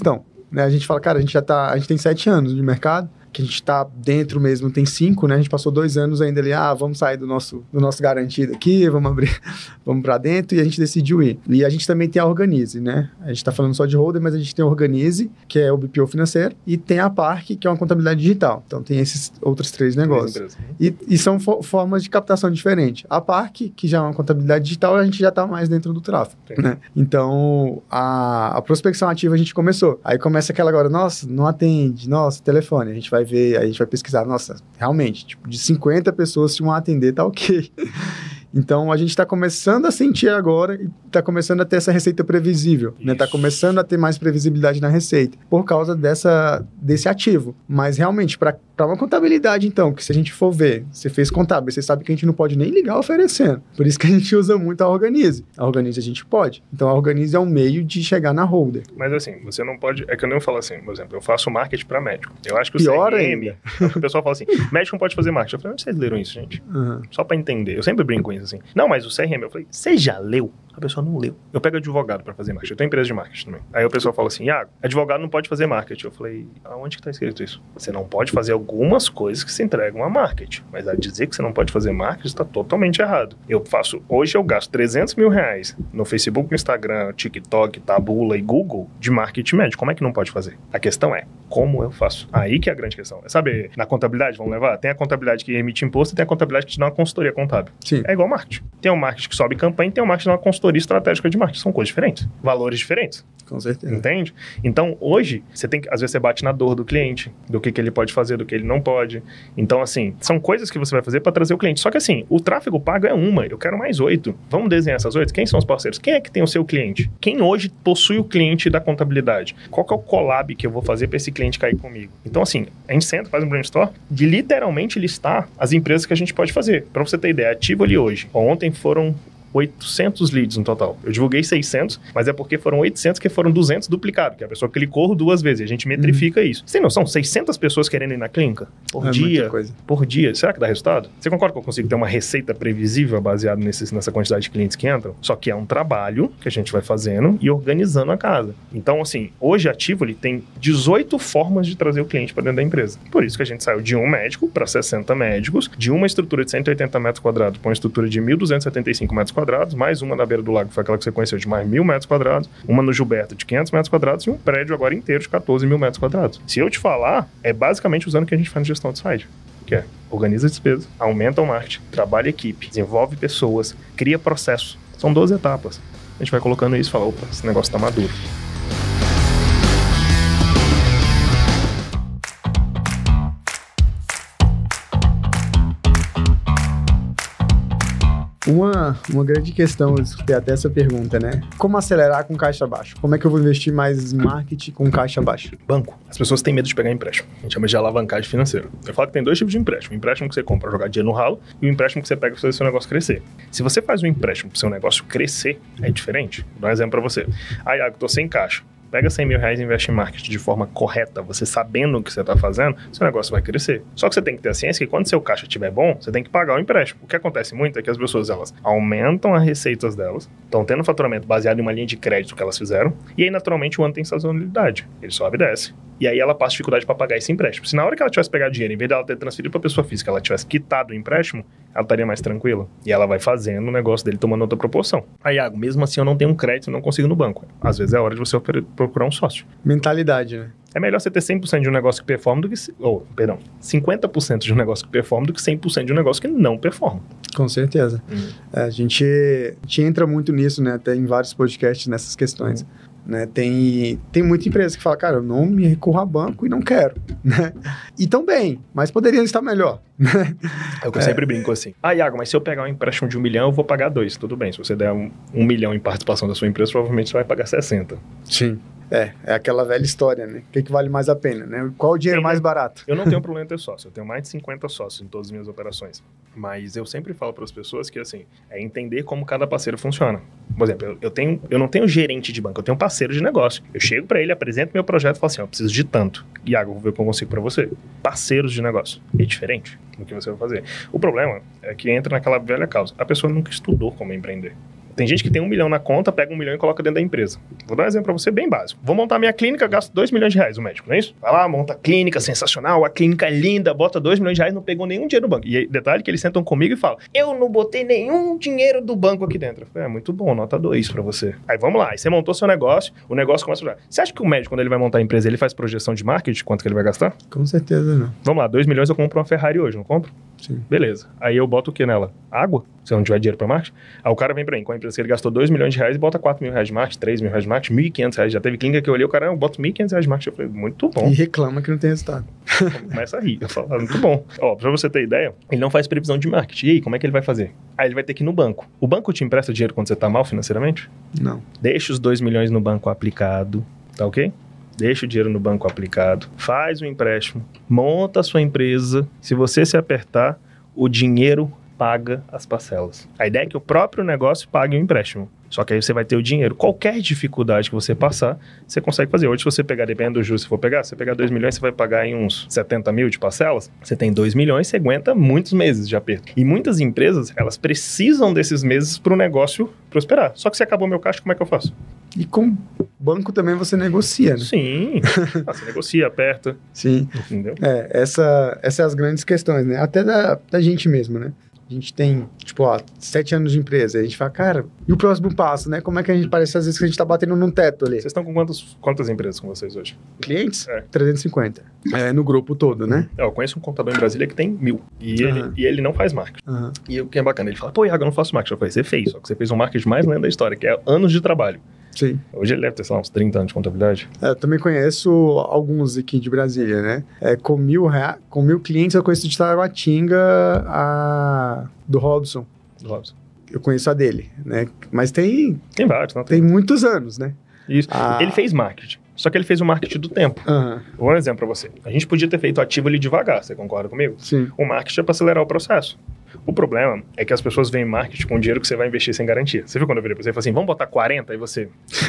né? A gente fala, cara, a gente já tá, a gente tem sete anos de mercado, que a gente tá dentro mesmo, tem cinco, né? A gente passou dois anos ainda ali, ah, vamos sair do nosso, do nosso garantido aqui, vamos abrir, vamos para dentro, e a gente decidiu ir. E a gente também tem a Organize, né? A gente tá falando só de holder, mas a gente tem a Organize, que é o B P O financeiro, e tem a Park, que é uma contabilidade digital. Então tem esses outros três negócios. E, e são fo- formas de captação diferentes. A Park, que já é uma contabilidade digital, a gente já tá mais dentro do tráfego, né? Então, a, a prospecção ativa a gente começou. Aí começa aquela agora, nossa, não atende, nossa, telefone, a gente vai ver, aí a gente vai pesquisar, nossa, realmente, tipo, de cinquenta pessoas, se uma atender, tá ok. Então, a gente está começando a sentir agora e está começando a ter essa receita previsível, né? Está começando a ter mais previsibilidade na receita por causa dessa, desse ativo. Mas, realmente, para uma contabilidade, então, que se a gente for ver, você fez contábil, você sabe que a gente não pode nem ligar oferecendo. Por isso que a gente usa muito a Organize. A Organize a gente pode. Então, a Organize é um meio de chegar na holder. Mas, assim, você não pode... É que eu nem falo assim, por exemplo, eu faço marketing para médico. Eu acho que o Pior C R M... ainda. O pessoal fala assim, médico não pode fazer marketing. Eu falei, onde vocês leram isso, gente? Uhum. Só para entender. Eu sempre brinco com isso, assim. Não, mas o C R M... Eu falei, você já leu? A pessoa não leu. Eu pego advogado para fazer marketing. Eu tenho empresa de marketing também. Aí o pessoal fala assim, Iago, advogado não pode fazer marketing. Eu falei, aonde que tá escrito isso? Você não pode fazer algumas coisas que se entregam a marketing. Mas a dizer que você não pode fazer marketing está totalmente errado. Eu faço... Hoje eu gasto trezentos mil reais no Facebook, Instagram, TikTok, Taboola e Google de marketing médico. Como é que não pode fazer? A questão é, como eu faço? Aí que é a grande questão. Sabe, na contabilidade, vamos levar? Tem a contabilidade que emite imposto e tem a contabilidade que te dá uma consultoria contábil. Sim. É igual marketing. Tem um marketing que sobe campanha e tem um marketing que dá uma consultoria estratégica de marketing. São coisas diferentes. Valores diferentes. Com certeza. Entende? Então, hoje, você tem que... Às vezes você bate na dor do cliente, do que, que ele pode fazer, do que ele não pode. Então, assim, são coisas que você vai fazer para trazer o cliente. Só que, assim, o tráfego pago é uma. Eu quero mais oito. Vamos desenhar essas oito? Quem são os parceiros? Quem é que tem o seu cliente? Quem hoje possui o cliente da contabilidade? Qual que é o collab que eu vou fazer para esse cliente cair comigo? Então, assim, a gente senta, faz um brainstorm de literalmente listar as empresas que a gente pode fazer. Para você ter ideia, ativo ali hoje. Ontem foram oitocentos leads no total. Eu divulguei seiscentos, mas é porque foram oitocentos que foram duzentos duplicados, que a pessoa clicou duas vezes. A gente metrifica uhum. isso. Você tem noção? seiscentas pessoas querendo ir na clínica? Por é dia? Coisa. Por dia. Será que dá resultado? Você concorda que eu consigo ter uma receita previsível baseada nesse, nessa quantidade de clientes que entram? Só que é um trabalho que a gente vai fazendo e organizando a casa. Então, assim, hoje a Tivoli tem dezoito formas de trazer o cliente para dentro da empresa. Por isso que a gente saiu de um médico para sessenta médicos, de uma estrutura de cento e oitenta metros quadrados para uma estrutura de mil duzentos e setenta e cinco metros quadrados, mais uma na beira do lago, que foi aquela que você conheceu, de mais mil metros quadrados, uma no Gilberto de quinhentos metros quadrados e um prédio agora inteiro de quatorze mil metros quadrados. Se eu te falar, é basicamente usando o que a gente faz na gestão de site, que é organiza a despesa, aumenta o marketing, trabalha equipe, desenvolve pessoas, cria processo. São doze etapas. A gente vai colocando isso e fala, opa, esse negócio tá maduro. Uma, uma grande questão, eu escutei até essa pergunta, né? Como acelerar com caixa baixo? Como é que eu vou investir mais em marketing com caixa baixo? Banco. As pessoas têm medo de pegar empréstimo. A gente chama de alavancagem financeira. Eu falo que tem dois tipos de empréstimo. O empréstimo que você compra para jogar dinheiro no ralo e o empréstimo que você pega para fazer seu negócio crescer. Se você faz um empréstimo para seu negócio crescer, é diferente. Vou dar um exemplo para você. Ah, Iago, tô sem caixa. Pega cem mil reais e investe em marketing de forma correta, você sabendo o que você está fazendo, seu negócio vai crescer. Só que você tem que ter a ciência que quando seu caixa estiver bom, você tem que pagar o empréstimo. O que acontece muito é que as pessoas, elas aumentam as receitas delas, estão tendo faturamento baseado em uma linha de crédito que elas fizeram, e aí naturalmente o ano tem sazonalidade. Ele sobe e desce. E aí ela passa dificuldade para pagar esse empréstimo. Se na hora que ela tivesse pegado dinheiro, em vez dela ter transferido para pessoa física, ela tivesse quitado o empréstimo, ela estaria mais tranquila. E ela vai fazendo o negócio dele tomando outra proporção. Aí, Iago, mesmo assim eu não tenho um crédito, eu não consigo no banco. Às vezes é hora de você procurar um sócio. Mentalidade, né? É melhor você ter cem por cento de um negócio que performa do que... Ou, oh, perdão, cinquenta por cento de um negócio que performa do que cem por cento de um negócio que não performa. Com certeza. Hum. É, a, gente, a gente entra muito nisso, né? Até em vários podcasts nessas questões. Hum. Né? Tem, tem muita empresa que fala, cara, eu não me recorro a banco e não quero. Né? E tão bem, mas poderiam estar melhor. Né? É o que eu é. sempre brinco assim. Ah, Iago, mas se eu pegar um empréstimo de um milhão, eu vou pagar dois. Tudo bem, se você der um, um milhão em participação da sua empresa, provavelmente você vai pagar sessenta. Sim. É, é aquela velha história, né? O que, que vale mais a pena, né? Qual o dinheiro Sim, mais barato? Eu não tenho problema em ter sócio. Eu tenho mais de cinquenta sócios em todas as minhas operações. Mas eu sempre falo para as pessoas que, assim, é entender como cada parceiro funciona. Por exemplo, eu, eu, tenho, eu não tenho gerente de banco, eu tenho um parceiro de negócio. Eu chego para ele, apresento meu projeto e falo assim, ó, eu preciso de tanto. Iago, vou ver o que eu consigo para você. Parceiros de negócio. É diferente do que você vai fazer. O problema é que entra naquela velha causa. A pessoa nunca estudou como empreender. Tem gente que tem um milhão na conta, pega um milhão e coloca dentro da empresa. Vou dar um exemplo pra você bem básico. Vou montar minha clínica, gasto dois milhões de reais o médico, não é isso? Vai lá, monta a clínica, sensacional, a clínica é linda, bota dois milhões de reais, não pegou nenhum dinheiro no banco. E aí, detalhe que eles sentam comigo e falam, eu não botei nenhum dinheiro do banco aqui dentro. Eu falei, é muito bom, nota dois pra você. Aí vamos lá, aí você montou seu negócio, o negócio começa a jogar. Você acha que o médico, quando ele vai montar a empresa, ele faz projeção de marketing, quanto que ele vai gastar? Com certeza não. Vamos lá, dois milhões eu compro uma Ferrari hoje, não compro? Sim. Beleza. Aí eu boto o que nela? Água? Se eu não tiver dinheiro pra marketing. Aí o cara vem pra mim com a empresa que ele gastou dois milhões de reais e bota quatro mil reais de marketing, três mil reais de marketing, mil e quinhentos reais. Já teve clínica que eu olhei, o cara, eu boto mil e quinhentos reais de marketing. Eu falei, muito bom. E reclama que não tem resultado. Começa a rir. Eu falo, muito bom. Ó, pra você ter ideia, ele não faz previsão de marketing. E aí, como é que ele vai fazer? Aí ele vai ter que ir no banco. O banco te empresta dinheiro quando você tá mal financeiramente? Não. Deixa os dois milhões no banco aplicado, tá ok? Deixa o dinheiro no banco aplicado, faz o empréstimo, monta a sua empresa. Se você se apertar, o dinheiro paga as parcelas. A ideia é que o próprio negócio pague o empréstimo. Só que aí você vai ter o dinheiro. Qualquer dificuldade que você passar, você consegue fazer. Hoje, se você pegar, dependendo do juros, se for pegar, se você pegar dois milhões, você vai pagar em uns setenta mil de parcelas. Você tem dois milhões, você aguenta muitos meses de aperto. E muitas empresas, elas precisam desses meses para o negócio prosperar. Só que se acabou meu caixa, como é que eu faço? E com banco também você negocia, né? Sim. Ah, você negocia, aperta. Sim. Entendeu? É, essa, essas são as grandes questões, né? Até da, da gente mesmo, né? A gente tem, tipo, ó, sete anos de empresa. A gente fala, cara, e o próximo passo, né? Como é que a gente parece, às vezes, que a gente tá batendo num teto ali? Vocês estão com quantas, quantas empresas com vocês hoje? Clientes? É. trezentos e cinquenta. É, no grupo todo, né? É, eu conheço um contador em Brasília que tem mil. E, Uhum. ele, e ele não faz marketing. Uhum. E o que é bacana, ele fala, pô, Iago, eu não faço marketing. Eu falei, você fez, só que você fez um marketing mais lento da história, que é anos de trabalho. Sim. Hoje ele deve ter, sei lá, uns trinta anos de contabilidade. É, eu também conheço alguns aqui de Brasília, né? É, com, mil rea... com mil clientes, eu conheço de Taguatinga a do Robson. Do Robson. Eu conheço a dele, né? Mas tem, Tem vários, não tem muitos anos, né? Isso. Ah. Ele fez marketing. Só que ele fez o marketing do tempo. Aham. Vou dar um exemplo pra você. A gente podia ter feito ativo ali devagar, você concorda comigo? Sim. O marketing é pra acelerar o processo. O problema é que as pessoas veem marketing com dinheiro que você vai investir sem garantia. Você viu quando eu virei pra você e falei assim, vamos botar quarenta? Aí você...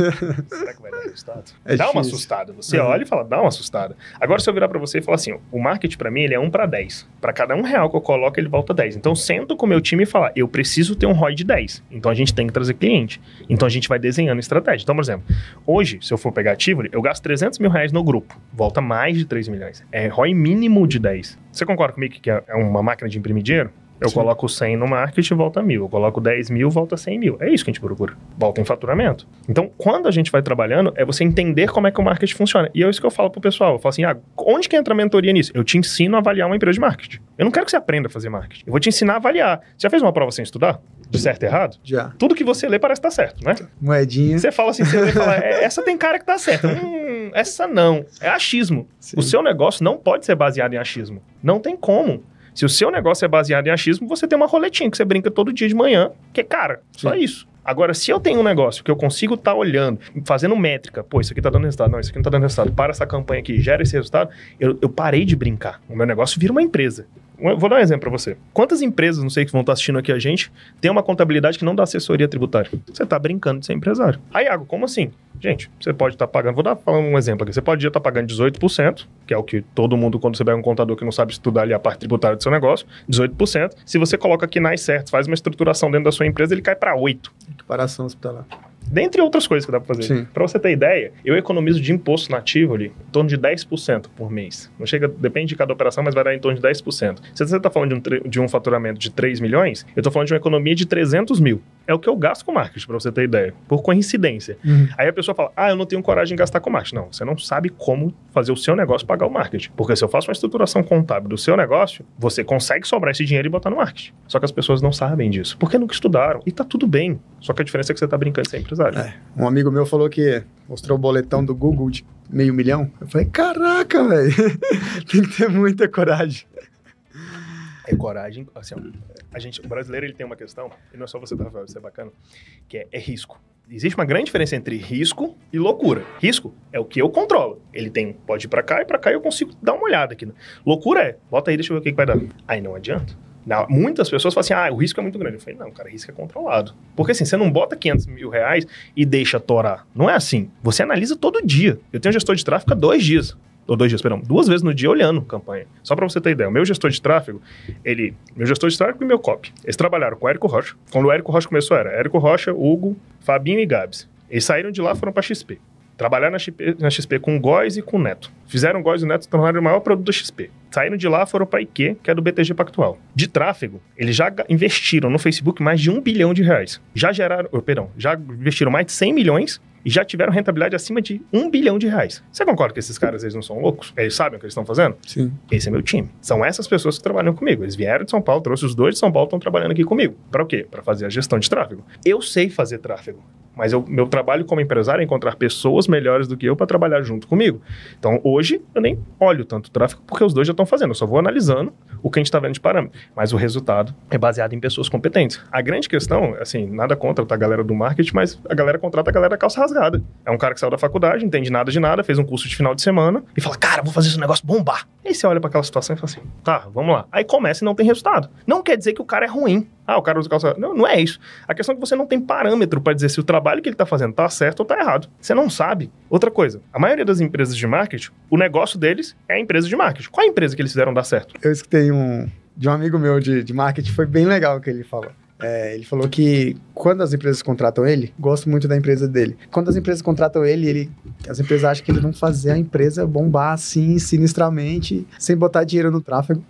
Será que vai dar resultado? É dá uma difícil. assustada. Você Uhum. olha e fala, dá uma assustada. Agora se eu virar pra você e falar assim, ó, o marketing pra mim ele é um pra dez. Pra cada um real que eu coloco, ele volta dez. Então eu sento com o meu time e falar, eu preciso ter um R O I de dez. Então a gente tem que trazer cliente. Então a gente vai desenhando estratégia. Então, por exemplo, hoje, se eu for pegar ativo, eu gasto trezentos mil reais no grupo. Volta mais de três milhões. É R O I mínimo de dez. Você concorda comigo que é uma máquina de imprimir dinheiro? Eu Sim. coloco cem no marketing, volta mil. Eu coloco dez mil, volta cem mil. É isso que a gente procura. Volta em faturamento. Então, quando a gente vai trabalhando, é você entender como é que o marketing funciona. E é isso que eu falo pro pessoal. Eu falo assim, ah, onde que entra a mentoria nisso? Eu te ensino a avaliar uma empresa de marketing. Eu não quero que você aprenda a fazer marketing. Eu vou te ensinar a avaliar. Você já fez uma prova sem estudar? De certo e errado? Já. Tudo que você lê parece estar certo, né? Moedinha. Você fala assim, você lê e fala, "É, essa tem cara que tá certa. Hum, essa não. É achismo. Sim. O seu negócio não pode ser baseado em achismo. Não tem como. Se o seu negócio é baseado em achismo, você tem uma roletinha que você brinca todo dia de manhã, que é cara, só Sim. isso. Agora, se eu tenho um negócio que eu consigo estar olhando, fazendo métrica, pô, isso aqui tá dando resultado, não, isso aqui não tá dando resultado, para essa campanha aqui, gera esse resultado, eu, eu parei de brincar. O meu negócio vira uma empresa. Eu vou dar um exemplo pra você. Quantas empresas, não sei, que vão estar assistindo aqui a gente, tem uma contabilidade que não dá assessoria tributária? Você tá brincando de ser empresário. Aí, Iago, como assim? Gente, você pode estar pagando, vou dar falar um exemplo aqui, você pode estar pagando dezoito por cento, que é o que todo mundo, quando você pega um contador que não sabe estudar ali a parte tributária do seu negócio, dezoito por cento. Se você coloca aqui nas certas, faz uma estruturação dentro da sua empresa, ele cai para oito por cento. Equiparação hospitalar. Dentre outras coisas que dá pra fazer. Sim. Pra você ter ideia, eu economizo de imposto nativo ali em torno de dez por cento por mês. Não chega, depende de cada operação, mas vai dar em torno de dez por cento. Se você tá falando de um, tre- de um faturamento de três milhões, eu tô falando de uma economia de trezentos mil. É o que eu gasto com marketing, pra você ter ideia. Por coincidência. Uhum. Aí a pessoa fala, ah, eu não tenho coragem de gastar com marketing. Não, você não sabe como fazer o seu negócio pagar o marketing. Porque se eu faço uma estruturação contábil do seu negócio, você consegue sobrar esse dinheiro e botar no marketing. Só que as pessoas não sabem disso. Porque nunca estudaram. E tá tudo bem. Só que a diferença é que você tá brincando de ser empresário. É. Um amigo meu falou que mostrou o boletão do Google de meio milhão. Eu falei, caraca, velho. Tem que ter muita coragem. É coragem, assim, ó, a gente, o brasileiro ele tem uma questão, e não é só você, Rafael, isso é bacana, que é, é risco. Existe uma grande diferença entre risco e loucura. Risco é o que eu controlo. Ele tem, pode ir pra cá e pra cá eu consigo dar uma olhada aqui. Loucura é, bota aí, deixa eu ver o que, que vai dar. Aí não adianta. Não, muitas pessoas falam assim, ah, o risco é muito grande. Eu falei, não, cara, risco é controlado. Porque assim, você não bota quinhentos mil reais e deixa torar. Não é assim. Você analisa todo dia. Eu tenho um gestor de tráfego há dois dias. ou dois dias, perdão, duas vezes no dia olhando campanha. Só para você ter ideia, o meu gestor de tráfego, ele, meu gestor de tráfego e meu copy, eles trabalharam com o Érico Rocha. Quando o Érico Rocha começou, era Érico Rocha, Hugo, Fabinho e Gabs. Eles saíram de lá e foram para X P. Trabalharam na X P, na X P com o Góes e com o Neto. Fizeram o Góes e o Neto, tornaram o maior produto da X P. Saíram de lá, foram para a I Q, que é do B T G Pactual. De tráfego, eles já investiram no Facebook mais de um bilhão de reais. Já geraram, oh, perdão, já investiram mais de cem milhões e já tiveram rentabilidade acima de um bilhão de reais. Você concorda que esses caras, eles não são loucos? Eles sabem o que eles estão fazendo? Sim. Esse é meu time. São essas pessoas que trabalham comigo. Eles vieram de São Paulo, trouxe os dois de São Paulo, estão trabalhando aqui comigo. Para o quê? Para fazer a gestão de tráfego. Eu sei fazer tráfego. Mas o meu trabalho como empresário é encontrar pessoas melhores do que eu para trabalhar junto comigo. Então, hoje, eu nem olho tanto o tráfego porque os dois já estão fazendo. Eu só vou analisando o que a gente está vendo de parâmetro. Mas o resultado é baseado em pessoas competentes. A grande questão, assim, nada contra a galera do marketing, mas a galera contrata a galera calça rasgada. É um cara que saiu da faculdade, não entende nada de nada, fez um curso de final de semana e fala, cara, vou fazer esse negócio bombar. Aí você olha para aquela situação e fala assim, tá, vamos lá. Aí começa e não tem resultado. Não quer dizer que o cara é ruim. Ah, o cara usa calça... Não, não é isso. A questão é que você não tem parâmetro para dizer se o trabalho que ele está fazendo está certo ou está errado. Você não sabe. Outra coisa, a maioria das empresas de marketing, o negócio deles é a empresa de marketing. Qual é a empresa que eles fizeram dar certo? Eu escutei um, de um amigo meu de, de marketing, foi bem legal o que ele falou. É, ele falou que quando as empresas contratam ele, gosto muito da empresa dele. Quando as empresas contratam ele, ele as empresas acham que eles vão fazer a empresa bombar assim, sinistramente, sem botar dinheiro no tráfego.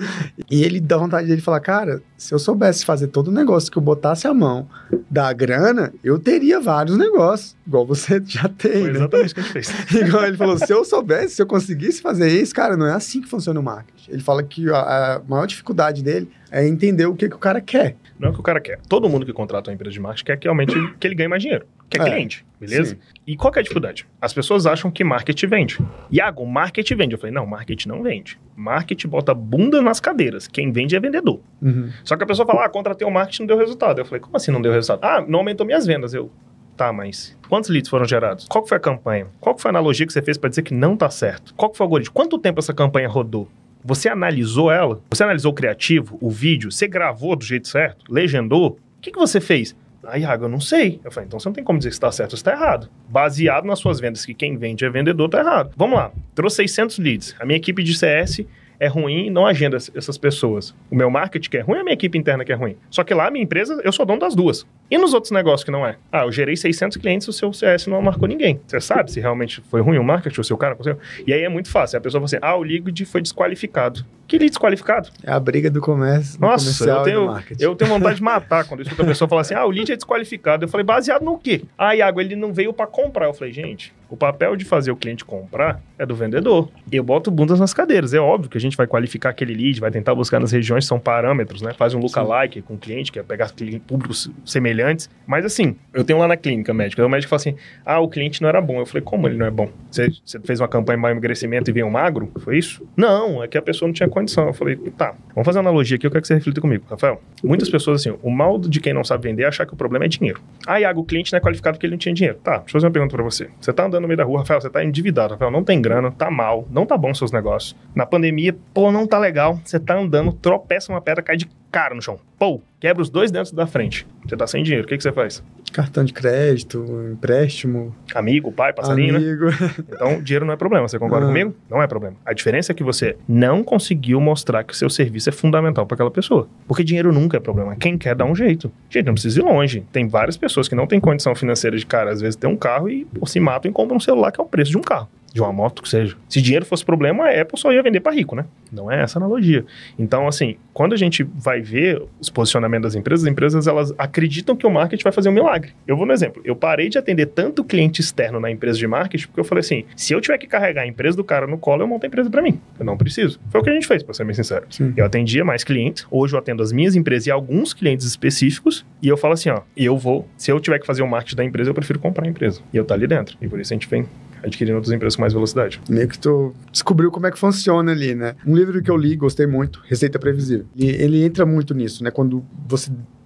E ele dá vontade de falar, cara, se eu soubesse fazer todo o negócio, que eu botasse a mão da grana, eu teria vários negócios, igual você já tem. Foi exatamente o que a gente fez. Igual ele falou, se eu soubesse, se eu conseguisse fazer isso, cara, não é assim que funciona o marketing. Ele fala que a, a maior dificuldade dele é entender o que, que o cara quer. Não é o que o cara quer. Todo mundo que contrata uma empresa de marketing quer que realmente que ele ganhe mais dinheiro. Quer é, cliente, beleza? Sim. E qual que é a dificuldade? As pessoas acham que marketing vende. Iago, marketing vende. Eu falei, não, marketing não vende. Marketing bota bunda nas cadeiras. Quem vende é vendedor. Uhum. Só que a pessoa fala, ah, contratei o marketing, não deu resultado. Eu falei, como assim não deu resultado? Ah, não aumentou minhas vendas. Eu, tá, mas quantos leads foram gerados? Qual que foi a campanha? Qual que foi a analogia que você fez para dizer que não tá certo? Qual que foi o algoritmo? Quanto tempo essa campanha rodou? Você analisou ela? Você analisou o criativo, o vídeo? Você gravou do jeito certo? Legendou? O que, que você fez? Ah, Iago, eu não sei. Eu falei, então você não tem como dizer se está certo ou se está errado. Baseado nas suas vendas, que quem vende é vendedor, tá errado. Vamos lá, trouxe seiscentos leads. A minha equipe de C S é ruim e não agenda essas pessoas. O meu marketing que é ruim, a minha equipe interna que é ruim. Só que lá, a minha empresa, eu sou dono das duas. E nos outros negócios que não é? Ah, eu gerei seiscentos clientes e o seu C S não marcou ninguém. Você sabe se realmente foi ruim o marketing, o seu cara conseguiu? E aí é muito fácil. A pessoa fala assim, ah, o lead foi desqualificado. Que lead desqualificado? É a briga do comércio, do Nossa, comercial eu tenho, e do marketing. eu tenho vontade de matar quando eu escuto a pessoa falar assim, ah, o lead é desqualificado. Eu falei, baseado no quê? Ah, Iago, ele não veio para comprar. Eu falei, gente, o papel de fazer o cliente comprar é do vendedor. Eu boto bundas nas cadeiras. É óbvio que a gente vai qualificar aquele lead, vai tentar buscar nas regiões que são parâmetros, né? Faz um lookalike com o cliente, que é pegar públicos semelhantes. Mas assim, eu tenho lá na clínica médica, o médico fala assim, ah, o cliente não era bom. Eu falei, como ele não é bom? Você, você fez uma campanha de emagrecimento e veio um magro? Foi isso? Não, é que a pessoa não tinha condição. Eu falei, tá, vamos fazer uma analogia aqui, eu quero que você reflita comigo. Rafael, muitas pessoas assim, o mal de quem não sabe vender é achar que o problema é dinheiro. Ah, Iago, o cliente não é qualificado porque ele não tinha dinheiro. Tá, deixa eu fazer uma pergunta pra você. Você tá andando no meio da rua, Rafael, você tá endividado, Rafael, não tem grana, tá mal, não tá bom seus negócios. Na pandemia, pô, não tá legal, você tá andando, tropeça uma pedra, cai de cara no chão. Pô, quebra os dois dentes da frente. Você tá sem dinheiro, o que, que você faz? Cartão de crédito, empréstimo. Amigo, pai, passarinho, amigo. Né? Então, dinheiro não é problema. Você concorda ah. comigo? Não é problema. A diferença é que você não conseguiu mostrar que o seu serviço é fundamental para aquela pessoa. Porque dinheiro nunca é problema. Quem quer dá um jeito. Gente, não precisa ir longe. Tem várias pessoas que não têm condição financeira de, cara, às vezes ter um carro e pô, se matam e compram um celular que é o preço de um carro. De uma moto, que seja. Se dinheiro fosse problema, a Apple só ia vender para rico, né? Não é essa a analogia. Então, assim, quando a gente vai ver os posicionamentos das empresas, as empresas, elas acreditam que o marketing vai fazer um milagre. Eu vou no exemplo. Eu parei de atender tanto cliente externo na empresa de marketing, porque eu falei assim, se eu tiver que carregar a empresa do cara no colo, eu monto a empresa para mim. Eu não preciso. Foi o que a gente fez, para ser bem sincero. Sim. Eu atendia mais clientes. Hoje eu atendo as minhas empresas e alguns clientes específicos. E eu falo assim, ó, eu vou, se eu tiver que fazer o marketing da empresa, eu prefiro comprar a empresa. E eu tá ali dentro. E por isso a gente vem adquirindo outras empresas com mais velocidade. Meio que tu descobriu como é que funciona ali, né? Um livro que eu li, gostei muito, Receita Previsível. E ele entra muito nisso, né? Quando você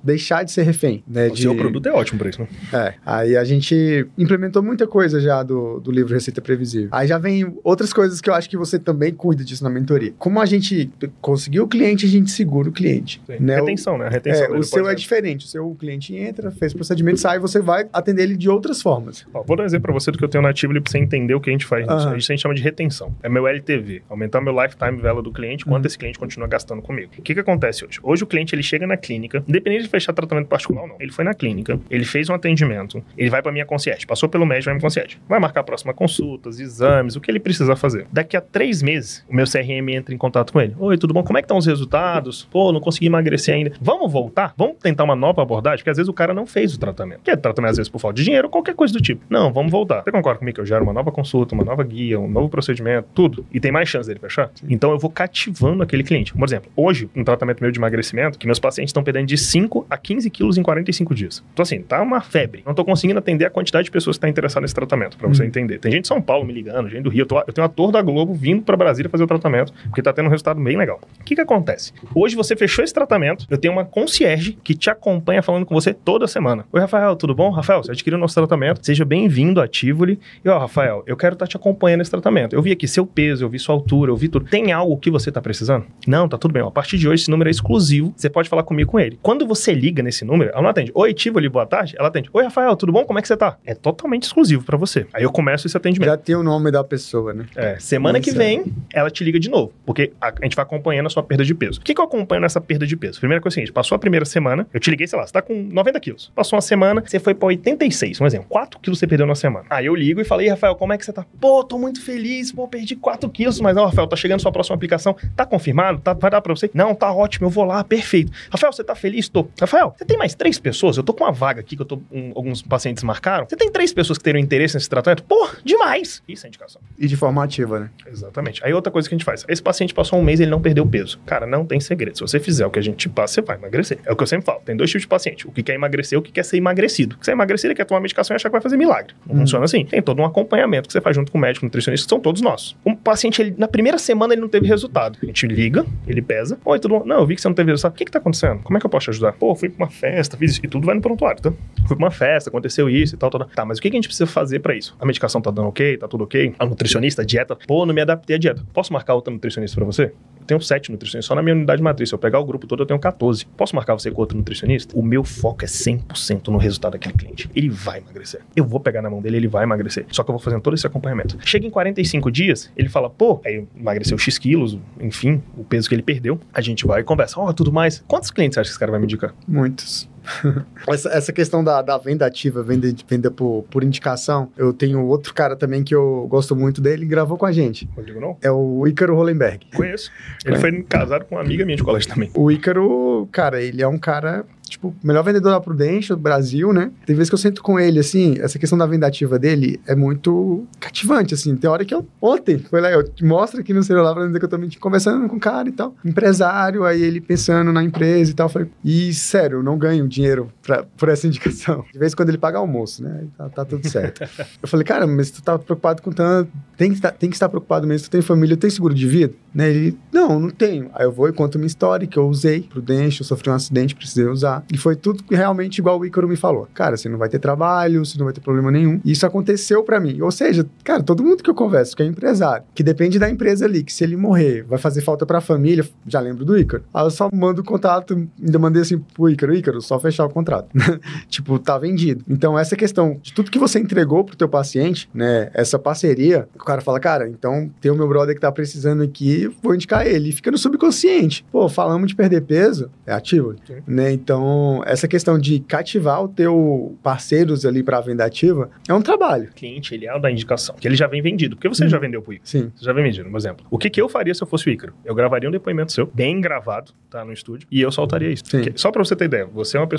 deixar de ser refém, né? O de... seu produto é ótimo pra isso, né? É, aí a gente implementou muita coisa já do, do livro Receita Previsível. Aí já vem outras coisas que eu acho que você também cuida disso na mentoria. Como a gente conseguiu o cliente, a gente segura o cliente. Né? Retenção, né? A retenção é, o seu é diferente. O seu o cliente entra, fez procedimento, sai, você vai atender ele de outras formas. Ó, vou dar um exemplo pra você do que eu tenho na Tivoli pra você entender o que a gente faz. Uhum. Isso a gente chama de retenção. É meu L T V, aumentar meu lifetime value do cliente, quanto uhum. esse cliente continua gastando comigo. O que que acontece hoje? Hoje o cliente, ele chega na clínica, independente de fechar tratamento particular ou não. Ele foi na clínica, ele fez um atendimento, ele vai pra minha concierge, passou pelo médico, vai pra minha concierge. Vai marcar a próxima consulta, os exames, o que ele precisa fazer. Daqui a três meses, o meu C R M entra em contato com ele. Oi, tudo bom? Como é que estão os resultados? Pô, não consegui emagrecer ainda. Vamos voltar? Vamos tentar uma nova abordagem? Porque às vezes o cara não fez o tratamento. Que é tratamento às vezes por falta de dinheiro, qualquer coisa do tipo. Não, vamos voltar. Você concorda comigo que eu gero uma nova consulta, uma nova guia, um novo procedimento, tudo. E tem mais chance dele fechar? Sim. Então eu vou cativando aquele cliente. Por exemplo, hoje, um tratamento meu de emagrecimento, que meus pacientes estão perdendo de cinco a quinze quilos em quarenta e cinco dias. Então assim, tá uma febre. Não tô conseguindo atender a quantidade de pessoas que tá interessada nesse tratamento, pra você hum. entender. Tem gente de São Paulo me ligando, gente do Rio. Eu, tô, eu tenho um ator da Globo vindo pra Brasília fazer o tratamento, porque tá tendo um resultado bem legal. O que que acontece? Hoje você fechou esse tratamento, eu tenho uma concierge que te acompanha falando com você toda semana. Oi, Rafael, tudo bom? Rafael, você adquiriu o nosso tratamento, seja bem-vindo a Tivoli. E ó, Rafael, eu quero estar tá te acompanhando nesse tratamento. Eu vi aqui seu peso, eu vi sua altura, eu vi tudo. Tem algo que você tá precisando? Não, tá tudo bem. Ó, a partir de hoje, esse número é exclusivo, você pode falar comigo com ele. Quando você liga nesse número, ela não atende. Oi, Tivoli, boa tarde. Ela atende. Oi, Rafael, tudo bom? Como é que você tá? É totalmente exclusivo pra você. Aí eu começo esse atendimento. Já tem o nome da pessoa, né? É, semana Muito que vem, é. ela te liga de novo, porque a, a gente vai acompanhando a sua perda de peso. O que que eu acompanho nessa perda de peso? Primeira coisa é a seguinte, passou a primeira semana, eu te liguei, sei lá, você tá com noventa quilos. Passou uma semana, você foi pra oitenta e seis, um exemplo. quatro quilos você perdeu na semana. Aí eu ligo e falei, Rafael, como é que você tá? Pô, tô muito feliz, pô, perdi quatro quilos, mas ó, Rafael, tá chegando sua próxima aplicação, tá confirmado? Tá, vai dar pra você? Não, tá ótimo, eu vou lá, perfeito. Rafael, você tá feliz? Tô. Rafael, você tem mais três pessoas? Eu tô com uma vaga aqui que eu tô, um, alguns pacientes marcaram. Você tem três pessoas que teriam interesse nesse tratamento? Pô, demais! Isso é indicação. E de forma ativa, né? Exatamente. Aí outra coisa que a gente faz, esse paciente passou um mês e ele não perdeu peso. Cara, não tem segredo. Se você fizer o que a gente te passa, você vai emagrecer. É o que eu sempre falo. Tem dois tipos de paciente. O que quer emagrecer e o que quer ser emagrecido. O que quer emagrecer, ele quer tomar medicação e achar que vai fazer milagre. Não hum. funciona assim. Tem todo um acompanhamento que você faz junto com o médico, nutricionista, que são todos nossos. Um paciente, ele, na primeira semana, ele não teve resultado. A gente liga, ele pesa. Oi, tudo bom? Não, eu vi que você não teve resultado. O que que tá acontecendo? Como é que eu posso te ajudar? Pô, fui pra uma festa, fiz isso. E tudo vai no prontuário, tá? Fui pra uma festa, aconteceu isso e tal, tal, tal. Tá, mas o que que a gente precisa fazer pra isso? A medicação tá dando ok? Tá tudo ok? A nutricionista, a dieta? Pô, não me adaptei à dieta. Posso marcar outra nutricionista pra você? Eu tenho sete nutricionistas só na minha unidade matriz. Se eu pegar o grupo todo, eu tenho quatorze. Posso marcar você com outro nutricionista? O meu foco é cem por cento no resultado daquele cliente. Ele vai emagrecer. Eu vou pegar na mão dele, ele vai emagrecer. Só que eu vou fazendo todo esse acompanhamento. Chega em quarenta e cinco dias, ele fala, pô, aí emagreceu X quilos, enfim, o peso que ele perdeu. A gente vai e conversa. Ó, oh, tudo mais. Quantos clientes você acha que esse cara vai me indicar? Muitos. essa, essa questão da, da venda ativa, venda, venda por, por indicação, eu tenho outro cara também que eu gosto muito dele, gravou com a gente. Rodrigo não? É o Ícaro Hollenberg. Conheço. Ele é. foi casado com uma amiga minha de colégio também. O Ícaro, cara, ele é um cara... Tipo, melhor vendedor da Prudential do Brasil, né? Tem vezes que eu sento com ele, assim, essa questão da venda ativa dele é muito cativante, assim. Tem hora que eu... Ontem, foi legal, mostra aqui no celular pra dizer que eu também conversando com o cara e tal. Empresário, aí ele pensando na empresa e tal. Falei, e sério, eu não ganho dinheiro pra, por essa indicação. De vez em quando ele paga almoço, né? Tá, tá tudo certo. Eu falei, cara, mas tu tá preocupado com tanto... Tem que, estar, tem que estar preocupado mesmo. Tu tem família, tem seguro de vida? Né? Ele, não, não tenho. Aí eu vou e conto minha história, que eu usei Prudential, sofri um acidente, precisei usar. E foi tudo realmente igual o Ícaro me falou. Cara, você não vai ter trabalho, você não vai ter problema nenhum. E isso aconteceu pra mim. Ou seja, cara, todo mundo que eu converso, que é empresário, que depende da empresa ali, que se ele morrer, vai fazer falta pra família, já lembro do Ícaro. Aí eu só mando o contato, ainda mandei assim pro Ícaro, Ícaro, só fechar o contrato. Tipo, tá vendido. Então, essa questão de tudo que você entregou pro teu paciente, né, essa parceria, o cara fala, cara, então tem o meu brother que tá precisando aqui, vou indicar ele. E fica no subconsciente. Pô, falamos de perder peso, é ativo, né? Então, essa questão de cativar o teu parceiros ali para a venda ativa é um trabalho. O cliente, ele é o da indicação, que ele já vem vendido. Porque você hum. já vendeu pro Ícaro. Sim. Você já vem vendido, por exemplo. O que, que eu faria se eu fosse o Ícaro? Eu gravaria um depoimento seu, bem gravado, tá, no estúdio, e eu soltaria isso. Porque, só para você ter ideia, você é uma pessoa que teve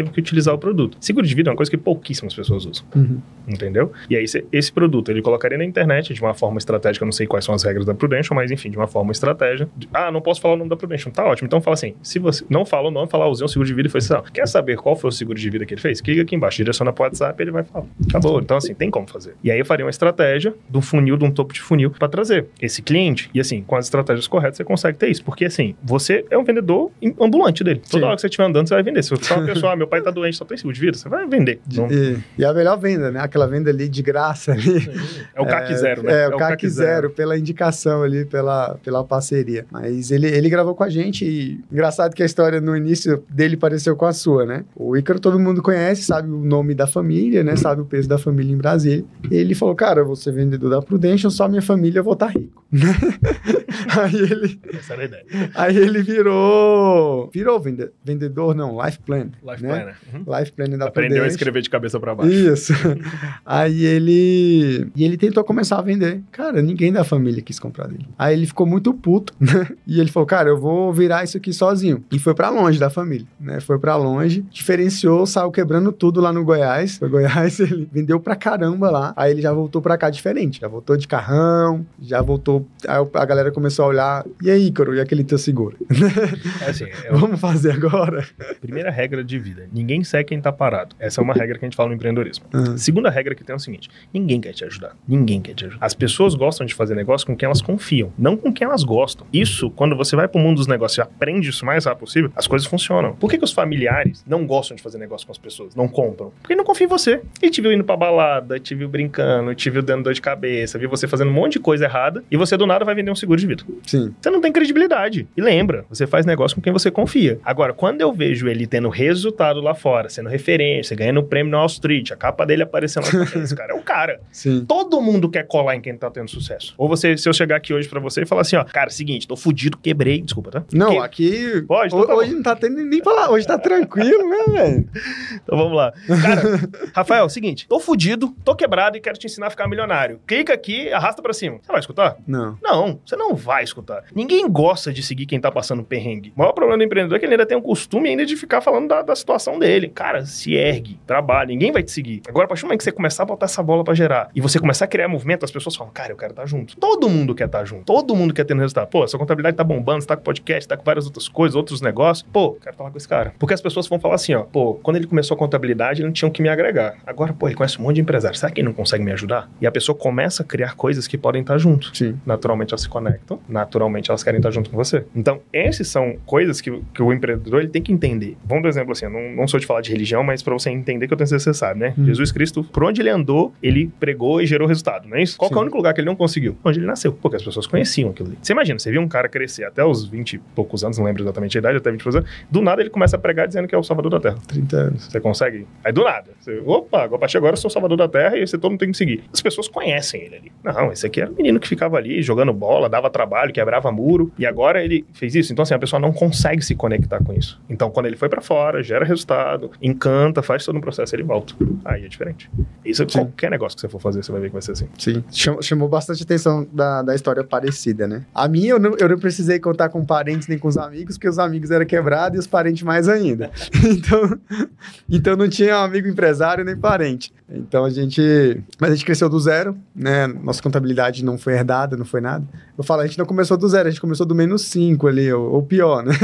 teve que utilizar o produto. Seguro de vida é uma coisa que pouquíssimas pessoas usam. Uhum. Entendeu? E aí, esse produto, ele colocaria na internet de uma forma estratégica, eu não sei quais são as regras da Prudential, mas enfim, de uma forma estratégica. De, ah, não posso falar o nome da Prudential. Tá ótimo. Então fala assim, se você não fala o nome, fala, ah, usei um seguro de vida e foi assim, quer saber qual foi o seguro de vida que ele fez? Clica aqui embaixo, direciona pro WhatsApp, ele vai falar. Acabou. Então assim, tem como fazer. E aí eu faria uma estratégia do funil, de um topo de funil, para trazer esse cliente. E assim, com as estratégias corretas, você consegue ter isso. Porque assim, você é um vendedor ambulante dele. Toda Sim. hora que você estiver andando, você vai vender. Se você fala uma pessoa, ah, meu pai tá doente, só tem seguro de vida, você vai vender. Não... E, e a melhor venda, né? Aquela venda ali de graça ali. É o C A C zero, né? É, é o, o C A C zero, pela indicação ali, pela, pela parceria. Mas ele, ele gravou com a gente e engraçado que a história no início dele pareceu com a sua, né? O Ícaro todo mundo conhece, sabe o nome da família, né? Sabe o peso da família em Brasília. E ele falou, cara, eu vou ser vendedor da Prudential, só minha família eu vou estar rico. Aí ele... Essa era a ideia. Aí ele virou... Virou vende, vendedor, não, Life Plan. Life né? Planner. Uhum. Life Planner da Aprendeu Prudential. a escrever de cabeça pra baixo. Isso. Aí ele... E ele tentou começar a vender. Cara, ninguém da família quis comprar dele. Aí ele ficou muito puto, né? E ele falou, cara, eu vou virar isso aqui sozinho. E foi pra longe da família, né? Foi pra longe, diferenciou, saiu quebrando tudo lá no Goiás. Foi Goiás, ele vendeu pra caramba lá. Aí ele já voltou pra cá diferente. Já voltou de carrão, já voltou... Aí a galera começou a olhar, e aí, Ícaro, e aquele teu seguro? É assim, é Vamos fazer agora? Primeira regra de vida, ninguém segue quem tá parado. Essa é uma regra que a gente fala no empreendedorismo. Uhum. Segunda regra que tem é o seguinte, ninguém quer te ajudar. Ninguém quer te ajudar. As pessoas gostam de fazer negócio com quem elas confiam, não com quem elas gostam. Isso, quando você vai pro mundo dos negócios e aprende isso o mais rápido possível, as coisas funcionam. Por que que os familiares não gostam de fazer negócio com as pessoas? Não compram? Porque não confiam em você. Ele te viu indo pra balada, te viu brincando, te viu dando dor de cabeça, viu você fazendo um monte de coisa errada e você do nada vai vender um seguro de vida. Sim. Você não tem credibilidade. E lembra, você faz negócio com quem você confia. Agora, quando eu vejo ele tendo resultado lá fora, sendo referência, ganhando prêmio no Wall Street, a capa dele aparecendo lá, esse cara é o cara. Sim. Todo mundo quer colar em quem tá tendo sucesso. Ou você, se eu chegar aqui hoje pra você e falar assim, ó, cara, seguinte, tô fudido, quebrei, desculpa, tá? Não, que... aqui... Pode, o, hoje não tá tendo nem falar, hoje tá tranquilo, né, velho? Então vamos lá. Cara, Rafael, seguinte, tô fudido, tô quebrado e quero te ensinar a ficar milionário. Clica aqui, arrasta pra cima. Você vai escutar? Não. Não, você não vai escutar. Ninguém gosta de seguir quem tá passando perrengue. O maior problema do empreendedor é que ele ainda tem o costume ainda de ficar falando da, da situação dele. Cara, se ergue, trabalha, ninguém vai te seguir. Agora, a partir do momento que você começar a botar essa bola pra gerar e você começar a criar movimento, as pessoas falam, cara, eu quero estar junto. Todo mundo quer estar junto. Todo mundo quer ter um resultado. Pô, sua contabilidade tá bombando, você tá com podcast, tá com várias outras coisas, outros negócios. Pô, quero falar com esse cara. Porque as pessoas vão falar assim, ó, pô, quando ele começou a contabilidade, ele não tinha o que me agregar. Agora, pô, ele conhece um monte de empresário. Será que ele não consegue me ajudar? E a pessoa começa a criar coisas que podem estar junto. Sim. Naturalmente elas se conectam, naturalmente elas querem estar junto com você. Então, essas são coisas que, que o empreendedor ele tem que entender. Vamos dar um exemplo assim, eu não, não sou de falar de religião, mas para você entender que eu tenho certeza que você sabe, né? Hum. Jesus Cristo, por onde ele andou, ele pregou e gerou resultado, não é isso? Qual que é o único lugar que ele não conseguiu? Onde ele nasceu, porque as pessoas conheciam aquilo ali. Você imagina, você viu um cara crescer até os vinte e poucos anos, não lembro exatamente a idade, até vinte e poucos anos, do nada ele começa a pregar dizendo que é o Salvador da Terra. trinta anos. Você consegue? Aí do nada, você, opa, a partir de agora eu sou o Salvador da Terra e você todo mundo tem que me seguir. As pessoas conhecem ele ali. Não, esse aqui era um menino que ficava ali jogando bola, dava trabalho, quebrava muro, e agora ele fez isso. Então assim, a pessoa não consegue se conectar com isso. Então quando ele foi pra fora, gera resultado, encanta, faz todo um processo, ele volta. Aí é diferente. Isso é qualquer negócio que você for fazer, você vai ver que vai ser assim. Sim. Chamou, chamou bastante atenção da, da história parecida, né? A minha, eu não, eu não precisei contar com parentes nem com os amigos, porque os amigos eram quebrados e os parentes mais ainda. Então, então não tinha amigo empresário nem parente. Então a gente... Mas a gente cresceu do zero, né? Nossa contabilidade não foi herdada, não foi nada. Eu falo, a gente não começou do zero, a gente começou do menos cinco ali, ou, ou pior, né?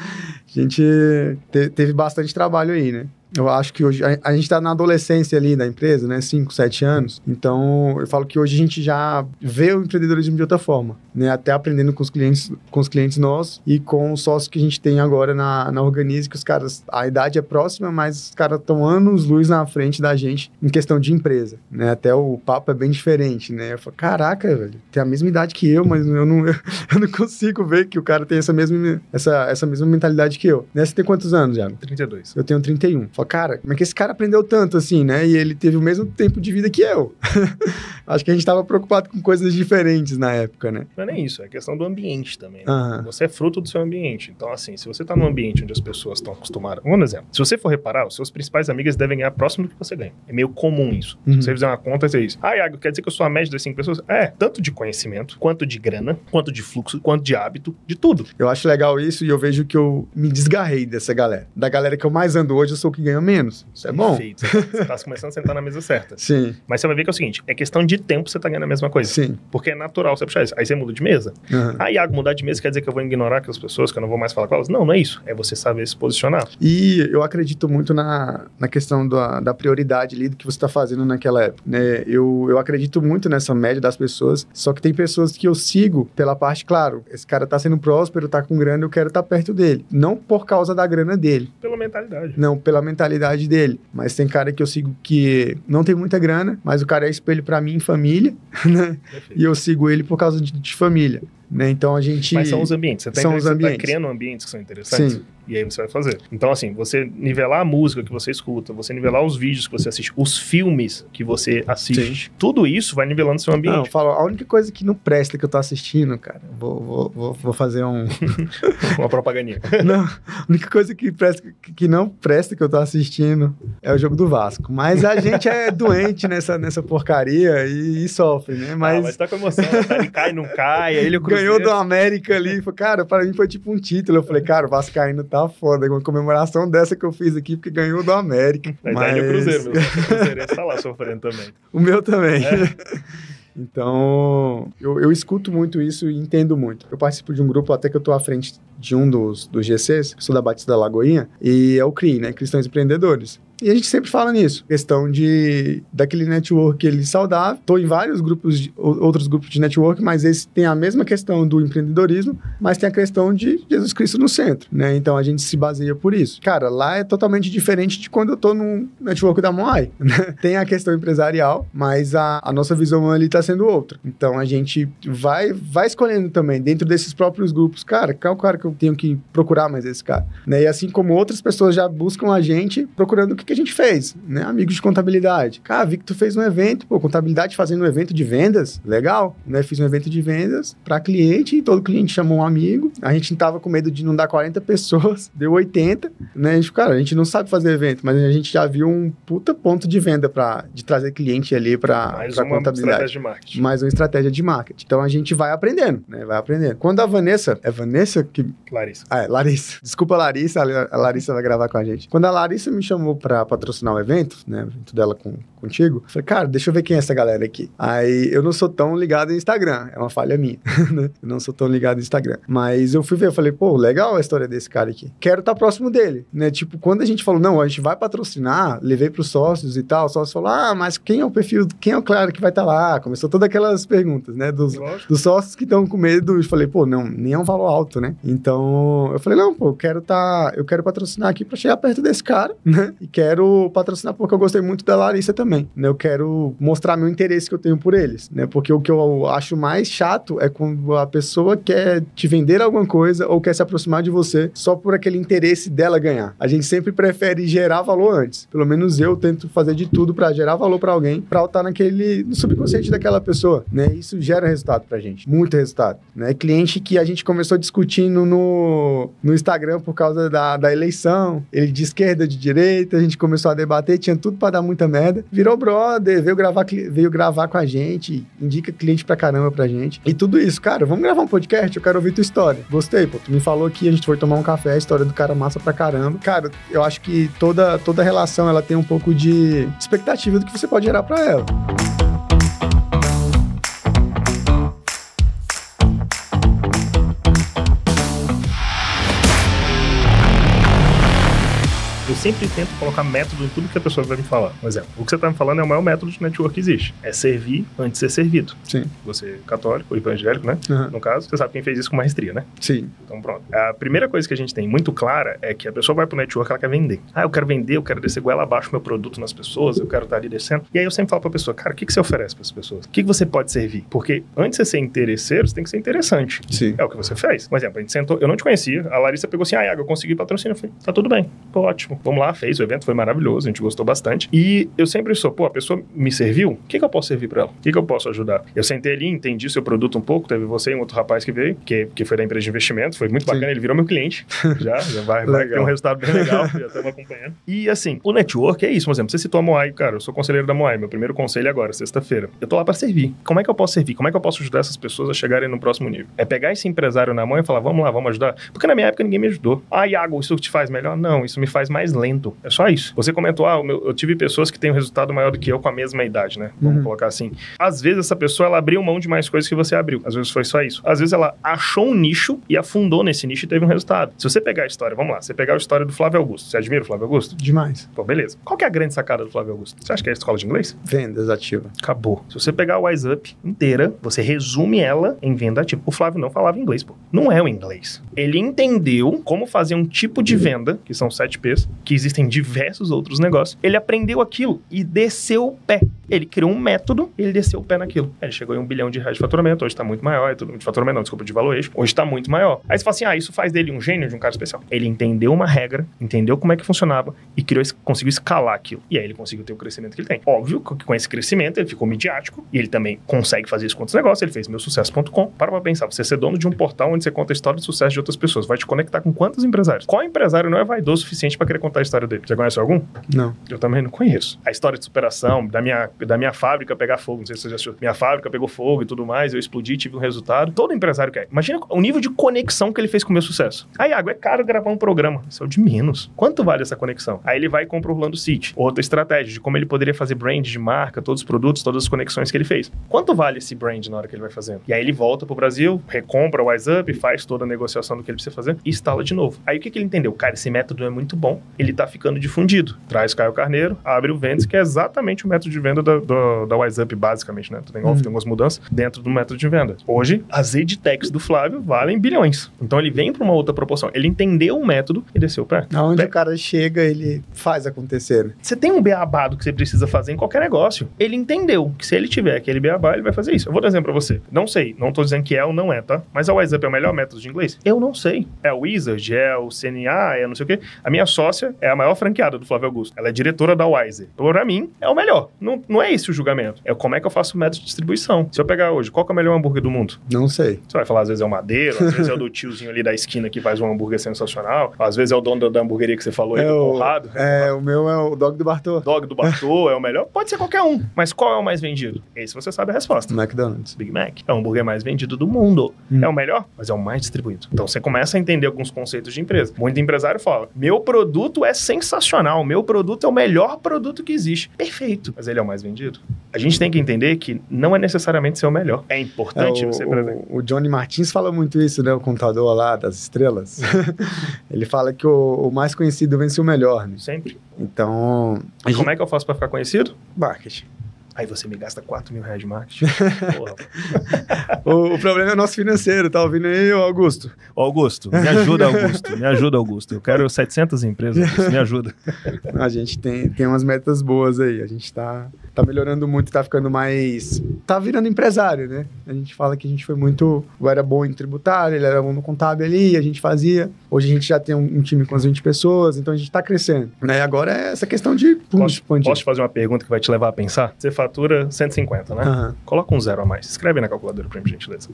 A gente te, teve bastante trabalho aí, né? Eu acho que hoje, a, a gente tá na adolescência ali da empresa, né? cinco, sete anos. Então, eu falo que hoje a gente já vê o empreendedorismo de outra forma, né? Até aprendendo com os clientes, com os clientes nossos e com os sócios que a gente tem agora na, na Organize, que os caras, a idade é próxima, mas os caras estão anos-luz na frente da gente em questão de empresa, né? Até o papo é bem diferente, né? Eu falo, caraca, velho, tem a mesma idade que eu, mas eu não, eu, eu não consigo ver que o cara tem essa mesma, essa, essa mesma mentalidade que eu. Né? Você tem quantos anos, Thiago? trinta e dois. Eu tenho trinta e um. Fala, cara, como é que esse cara aprendeu tanto assim, né? E ele teve o mesmo tempo de vida que eu. Acho que a gente tava preocupado com coisas diferentes na época, né? Não é nem isso, é questão do ambiente também. Né? Uhum. Você é fruto do seu ambiente. Então, assim, se você tá num ambiente onde as pessoas estão acostumadas... Um exemplo. Se você for reparar, os seus principais amigos devem ganhar próximo do que você ganha. É meio comum isso. Uhum. Se você fizer uma conta, é isso. Ah, Iago, quer dizer que eu sou a média das cinco pessoas? É, tanto de conhecimento, quanto de grana, quanto de fluxo, quanto de hábito, de tudo. Eu acho legal isso e eu vejo que eu me desgarrei dessa galera. Da galera que eu mais ando hoje, eu sou o que ganha menos. Isso é bom. Perfeito. Você tá começando a sentar na mesa certa. Sim. Mas você vai ver que é o seguinte, é questão de tempo você tá ganhando a mesma coisa. Sim. Porque é natural você puxar isso. Aí você muda de mesa. Uhum. Ah, Iago, mudar de mesa quer dizer que eu vou ignorar aquelas pessoas, que eu não vou mais falar com elas? Não, não é isso. É você saber se posicionar. E eu acredito muito na, na questão da, da prioridade ali do que você está fazendo naquela época, né? Eu, eu acredito muito nessa média das pessoas, só que tem pessoas que eu sigo pela parte, claro, esse cara tá sendo próspero, tá com grana, eu quero estar perto dele. Não por causa da grana dele. Pela mentalidade. Não, pela mentalidade dele. Mas tem cara que eu sigo que não tem muita grana, mas o cara é espelho pra mim em família, né? Perfeito. E eu sigo ele por causa de, de família. Né? Então a gente... Mas são os ambientes. Você tá, são os você ambientes. tá criando ambientes que são interessantes. Sim. E aí você vai fazer. Então, assim, você nivelar a música que você escuta, você nivelar os vídeos que você assiste, os filmes que você assiste, Sim. tudo isso vai nivelando seu ambiente. Não, eu falo, a única coisa que não presta que eu tô assistindo, cara, vou, vou, vou, vou fazer um... Uma propagandinha. Não, a única coisa que, presta, que não presta que eu tô assistindo é o jogo do Vasco. Mas a gente é doente nessa, nessa porcaria e, e sofre, né? Mas... Ah, mas tá com emoção, tá? Ele cai, não cai, aí ele o Cruzeiro... Ganhou do América ali, cara, para mim foi tipo um título. Eu falei, cara, o Vascaíno tá foda, uma comemoração dessa que eu fiz aqui, porque ganhou do América. Mas, mas... aí é o Cruzeiro, meu. O Cruzeiro tá lá sofrendo também. O meu também. É. Então, eu, eu escuto muito isso e entendo muito. Eu participo de um grupo, até que eu tô à frente de um dos, dos G Cs, sou da Batista da Lagoinha, e é o C R I, né? Cristãos Empreendedores. E a gente sempre fala nisso, questão de daquele network ele saudável. Estou em vários grupos, de, outros grupos de network, mas esse tem a mesma questão do empreendedorismo, mas tem a questão de Jesus Cristo no centro, né? Então a gente se baseia por isso. Cara, lá é totalmente diferente de quando eu tô no network da Moai, né? Tem a questão empresarial, mas a, a nossa visão ali tá sendo outra. Então a gente vai, vai escolhendo também dentro desses próprios grupos, cara, qual é o cara que eu tenho que procurar mais esse cara, né? E assim como outras pessoas já buscam a gente procurando o que que a gente fez, né? Amigos de contabilidade. Cara, vi que tu fez um evento, pô, contabilidade fazendo um evento de vendas, legal, né? Fiz um evento de vendas para cliente e todo cliente chamou um amigo. A gente tava com medo de não dar quarenta pessoas, deu oitenta, né? A gente, cara, a gente não sabe fazer evento, mas a gente já viu um puta ponto de venda para de trazer cliente ali para mais pra uma contabilidade. estratégia de marketing. Mais uma estratégia de marketing. Então a gente vai aprendendo, né? Vai aprendendo. Quando a Vanessa, é Vanessa que... Larissa. Ah, é, Larissa. Desculpa, Larissa, a Larissa vai gravar com a gente. Quando a Larissa me chamou pra patrocinar o evento, né, o evento dela com, contigo, eu falei, cara, deixa eu ver quem é essa galera aqui. Aí eu não sou tão ligado em Instagram, é uma falha minha, né? Eu não sou tão ligado em Instagram. Mas eu fui ver, eu falei, pô, legal a história desse cara aqui. Quero estar próximo dele, né? Tipo, quando a gente falou, não, a gente vai patrocinar, levei pros sócios e tal, o sócio falou, ah, mas quem é o perfil, quem é o cara que vai estar lá? Começou todas aquelas perguntas, né, dos, dos sócios que estão com medo. Eu falei, pô, não, nem é um valor alto, né? Então, eu falei, não, pô, eu quero tá, eu quero patrocinar aqui pra chegar perto desse cara, né? E quero patrocinar porque eu gostei muito da Larissa também, né? Eu quero mostrar meu interesse que eu tenho por eles, né? Porque o que eu acho mais chato é quando a pessoa quer te vender alguma coisa ou quer se aproximar de você só por aquele interesse dela ganhar. A gente sempre prefere gerar valor antes. Pelo menos eu tento fazer de tudo pra gerar valor pra alguém, pra estar naquele, no subconsciente daquela pessoa, né? Isso gera resultado pra gente, muito resultado, né? Cliente que a gente começou discutindo no, no Instagram por causa da, da eleição, ele de esquerda, de direita, a gente começou a debater, tinha tudo pra dar muita merda, virou brother, veio gravar, veio gravar com a gente, indica cliente pra caramba pra gente, e tudo isso, cara, vamos gravar um podcast, eu quero ouvir tua história. Gostei, pô, tu me falou aqui, a gente foi tomar um café, a história do cara massa pra caramba. Cara, eu acho que toda, toda relação, ela tem um pouco de expectativa do que você pode gerar pra ela. Eu sempre tento colocar método em tudo que a pessoa vai me falar. Por exemplo, o que você está me falando é o maior método de network que existe. É servir antes de ser servido. Sim. Você é católico, ou evangélico, né? Uhum. No caso, você sabe quem fez isso com maestria, né? Sim. Então pronto. A primeira coisa que a gente tem muito clara é que a pessoa vai pro network, ela quer vender. Ah, eu quero vender, eu quero descer goela abaixo meu produto nas pessoas, eu quero estar ali descendo. E aí eu sempre falo pra pessoa, cara, o que, que você oferece para as pessoas? O que, que você pode servir? Porque antes de você ser interesseiro, você tem que ser interessante. Sim. É o que você fez. Por exemplo, a gente sentou, eu não te conhecia, a Larissa pegou assim, ah, Iago, eu consegui patrocínio. Eu falei, tá tudo bem, pô, ótimo. Vamos lá, fez o evento, foi maravilhoso, a gente gostou bastante. E eu sempre sou, pô, a pessoa me serviu, o que, que eu posso servir pra ela? O que, que eu posso ajudar? Eu sentei ali, entendi seu produto um pouco, teve você e um outro rapaz que veio, que, que foi da empresa de investimento, foi muito bacana, Sim. ele virou meu cliente, já, já vai, vai ter um resultado bem legal, já estamos acompanhando. E assim, o network é isso, por exemplo, você citou a Moai, cara, eu sou conselheiro da Moai, meu primeiro conselho agora, sexta-feira. Eu tô lá pra servir. Como é que eu posso servir? Como é que eu posso ajudar essas pessoas a chegarem no próximo nível? É pegar esse empresário na mão e falar, vamos lá, vamos ajudar? Porque na minha época ninguém me ajudou. Ah, Iago, isso te faz melhor? Não, isso me faz mais mais lento. É só isso. Você comentou, ah, o meu, eu tive pessoas que têm um resultado maior do que eu com a mesma idade, né? Vamos uhum. colocar assim. Às vezes essa pessoa, ela abriu mão de mais coisas que você abriu. Às vezes foi só isso. Às vezes ela achou um nicho e afundou nesse nicho e teve um resultado. Se você pegar a história, vamos lá, você pegar a história do Flávio Augusto. Você admira o Flávio Augusto? Demais. Pô, beleza. Qual que é a grande sacada do Flávio Augusto? Você acha que é a escola de inglês? Vendas ativa. Acabou. Se você pegar a Wise Up inteira, você resume ela em venda ativa. O Flávio não falava inglês, pô. Não é o inglês. Ele entendeu como fazer um tipo de venda, que são sete P's, que existem diversos outros negócios. Ele aprendeu aquilo e desceu o pé. Ele criou um método e ele desceu o pé naquilo. Ele chegou em um bilhão de reais de faturamento, hoje tá muito maior, é tudo de faturamento, não, desculpa, de valuation. Hoje tá muito maior. Aí você fala assim, ah, isso faz dele um gênio, de um cara especial. Ele entendeu uma regra, entendeu como é que funcionava e criou, conseguiu escalar aquilo. E aí ele conseguiu ter o crescimento que ele tem. Óbvio que com esse crescimento ele ficou midiático e ele também consegue fazer isso com outros negócios. Ele fez meu sucesso ponto com. Para pra pensar, você ser dono de um portal onde você conta a história de sucesso de outras pessoas, vai te conectar com quantos empresários? Qual empresário não é vaidoso o suficiente para querer contar a história dele? Você conhece algum? Não. Eu também não conheço. A história de superação da minha, da minha fábrica pegar fogo, não sei se você já assistiu. Minha fábrica pegou fogo e tudo mais, eu explodi, tive um resultado. Todo empresário quer. Imagina o nível de conexão que ele fez com o meu sucesso. Aí, Iago, é caro gravar um programa. Isso é o de menos. Quanto vale essa conexão? Aí ele vai e compra o Orlando City. Outra estratégia de como ele poderia fazer brand de marca, todos os produtos, todas as conexões que ele fez. Quanto vale esse brand na hora que ele vai fazendo? E aí ele volta pro Brasil, recompra o Wise Up, faz toda a negociação do que ele precisa fazer e instala de novo. Aí o que, que ele entendeu? Cara, esse método é muito bom. Ele tá ficando difundido. Traz Caio Carneiro, abre o Vendes, que é exatamente o método de venda da, da, da Wise Up, basicamente, né? Tem, hum. tem algumas mudanças dentro do método de venda. Hoje, as edtechs do Flávio valem bilhões. Então ele vem para uma outra proporção. Ele entendeu o método e desceu o pé. Aonde pé. o cara chega, ele faz acontecer. Né? Você tem um beabado que você precisa fazer em qualquer negócio. Ele entendeu que se ele tiver aquele beabá, ele vai fazer isso. Eu vou dar um exemplo pra você. Não sei, não tô dizendo que é ou não é, tá? Mas a Wise Up é o melhor método de inglês? Eu não sei. É o Wizard, é o C N A, é não sei o quê. A minha sócia é a maior franqueada do Flávio Augusto. Ela é diretora da Wise. Pra mim, é o melhor. Não, não é esse o julgamento. É como é que eu faço o método de distribuição. Se eu pegar hoje, qual que é o melhor hambúrguer do mundo? Não sei. Você vai falar, às vezes é o Madeiro, às vezes é o do tiozinho ali da esquina que faz um hambúrguer sensacional, às vezes é o dono da hamburgueria que você falou aí, é do Conrado. É, o meu é o Dog do Bartô. Dog do Bartô é o melhor? Pode ser qualquer um. Mas qual é o mais vendido? Esse você sabe a resposta. McDonald's. Big Mac. É o hambúrguer mais vendido do mundo. Hum. É o melhor, mas é o mais distribuído. Então você começa a entender alguns conceitos de empresa. Muito empresário fala, meu produto é sensacional, meu produto é o melhor produto que existe. Perfeito. Mas ele é o mais vendido? A gente tem que entender que não é necessariamente ser o melhor. É importante é, o, você aprender. O, o Johnny Martins fala muito isso, né? O contador lá das estrelas. Ele fala que o, o mais conhecido vence o melhor, né? Sempre. Então... E como é que eu faço pra ficar conhecido? Marketing. Aí você me gasta quatro mil reais de marketing. Porra. o, o problema é nosso financeiro, tá ouvindo aí, Augusto? Ô, Augusto, me ajuda, Augusto. Me ajuda, Augusto. Eu quero setecentas empresas, Augusto. Me ajuda. A gente tem, tem umas metas boas aí. A gente tá, tá melhorando muito, tá ficando mais... Tá virando empresário, né? A gente fala que a gente foi muito... Eu era bom em tributário, ele era bom no contábil ali, a gente fazia. Hoje a gente já tem um, um time com as vinte pessoas, então a gente tá crescendo. Né? Agora é essa questão de... Pum, posso, posso te fazer uma pergunta que vai te levar a pensar? Você fatura cento e cinquenta, né? Uhum. Coloca um zero a mais. Escreve aí na calculadora pra mim, por gentileza.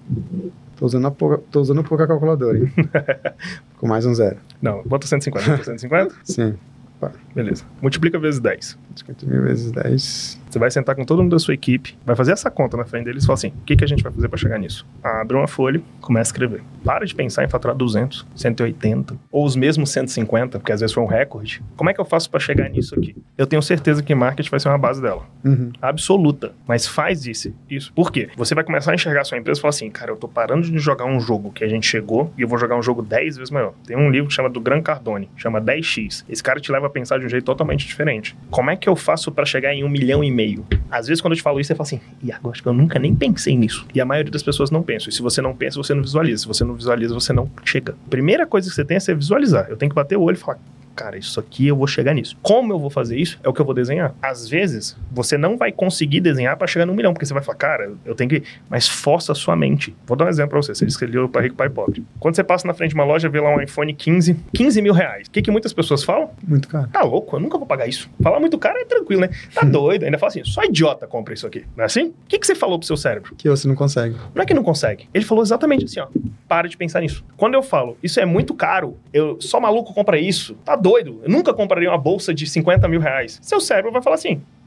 Tô usando, a pouca, tô usando pouca calculadora, hein? Com mais um zero. Não, bota cento e cinquenta. Bota cento e cinquenta? Sim. Beleza. Multiplica vezes dez. cinquenta mil vezes dez. Você vai sentar com todo mundo da sua equipe, vai fazer essa conta na frente deles e falar assim, o que, que a gente vai fazer para chegar nisso? Abre uma folha, começa a escrever. Para de pensar em faturar duzentos, cento e oitenta, ou os mesmos cento e cinquenta, porque às vezes foi um recorde. Como é que eu faço para chegar nisso aqui? Eu tenho certeza que marketing vai ser uma base dela. Uhum. Absoluta. Mas faz isso. isso. Por quê? Você vai começar a enxergar a sua empresa e falar assim, cara, eu tô parando de jogar um jogo que a gente chegou e eu vou jogar um jogo dez vezes maior. Tem um livro que chama do Gran Cardone, chama dez x. Esse cara te leva a pensar de um jeito totalmente diferente. Como é que eu faço para chegar em um milhão e meio? Às vezes quando eu te falo isso, você fala assim, Iago, acho que eu nunca nem pensei nisso. E a maioria das pessoas não pensam. E se você não pensa, você não visualiza. Se você não visualiza, você não chega. Primeira coisa que você tem é você visualizar. Eu tenho que bater o olho e falar, cara, isso aqui eu vou chegar nisso. Como eu vou fazer isso? É o que eu vou desenhar. Às vezes, você não vai conseguir desenhar para chegar no milhão, porque você vai falar, cara, eu tenho que... Mas força a sua mente. Vou dar um exemplo pra você. Você escreveu para rico, pai pobre. Quando você passa na frente de uma loja, vê lá um iPhone quinze, quinze mil reais. O que que muitas pessoas falam? Muito caro. Tá louco, eu nunca vou pagar isso. Falar muito caro é tranquilo, né? Tá doido. Ainda fala assim, só idiota compra isso aqui. Não é assim? O que que você falou pro seu cérebro? Que você não consegue. Não é que não consegue. Ele falou exatamente assim, ó. Para de pensar nisso. Quando eu falo, isso é muito caro, eu só maluco compra isso. Tá doido. Eu nunca compraria uma bolsa de cinquenta mil reais. Seu cérebro vai falar assim,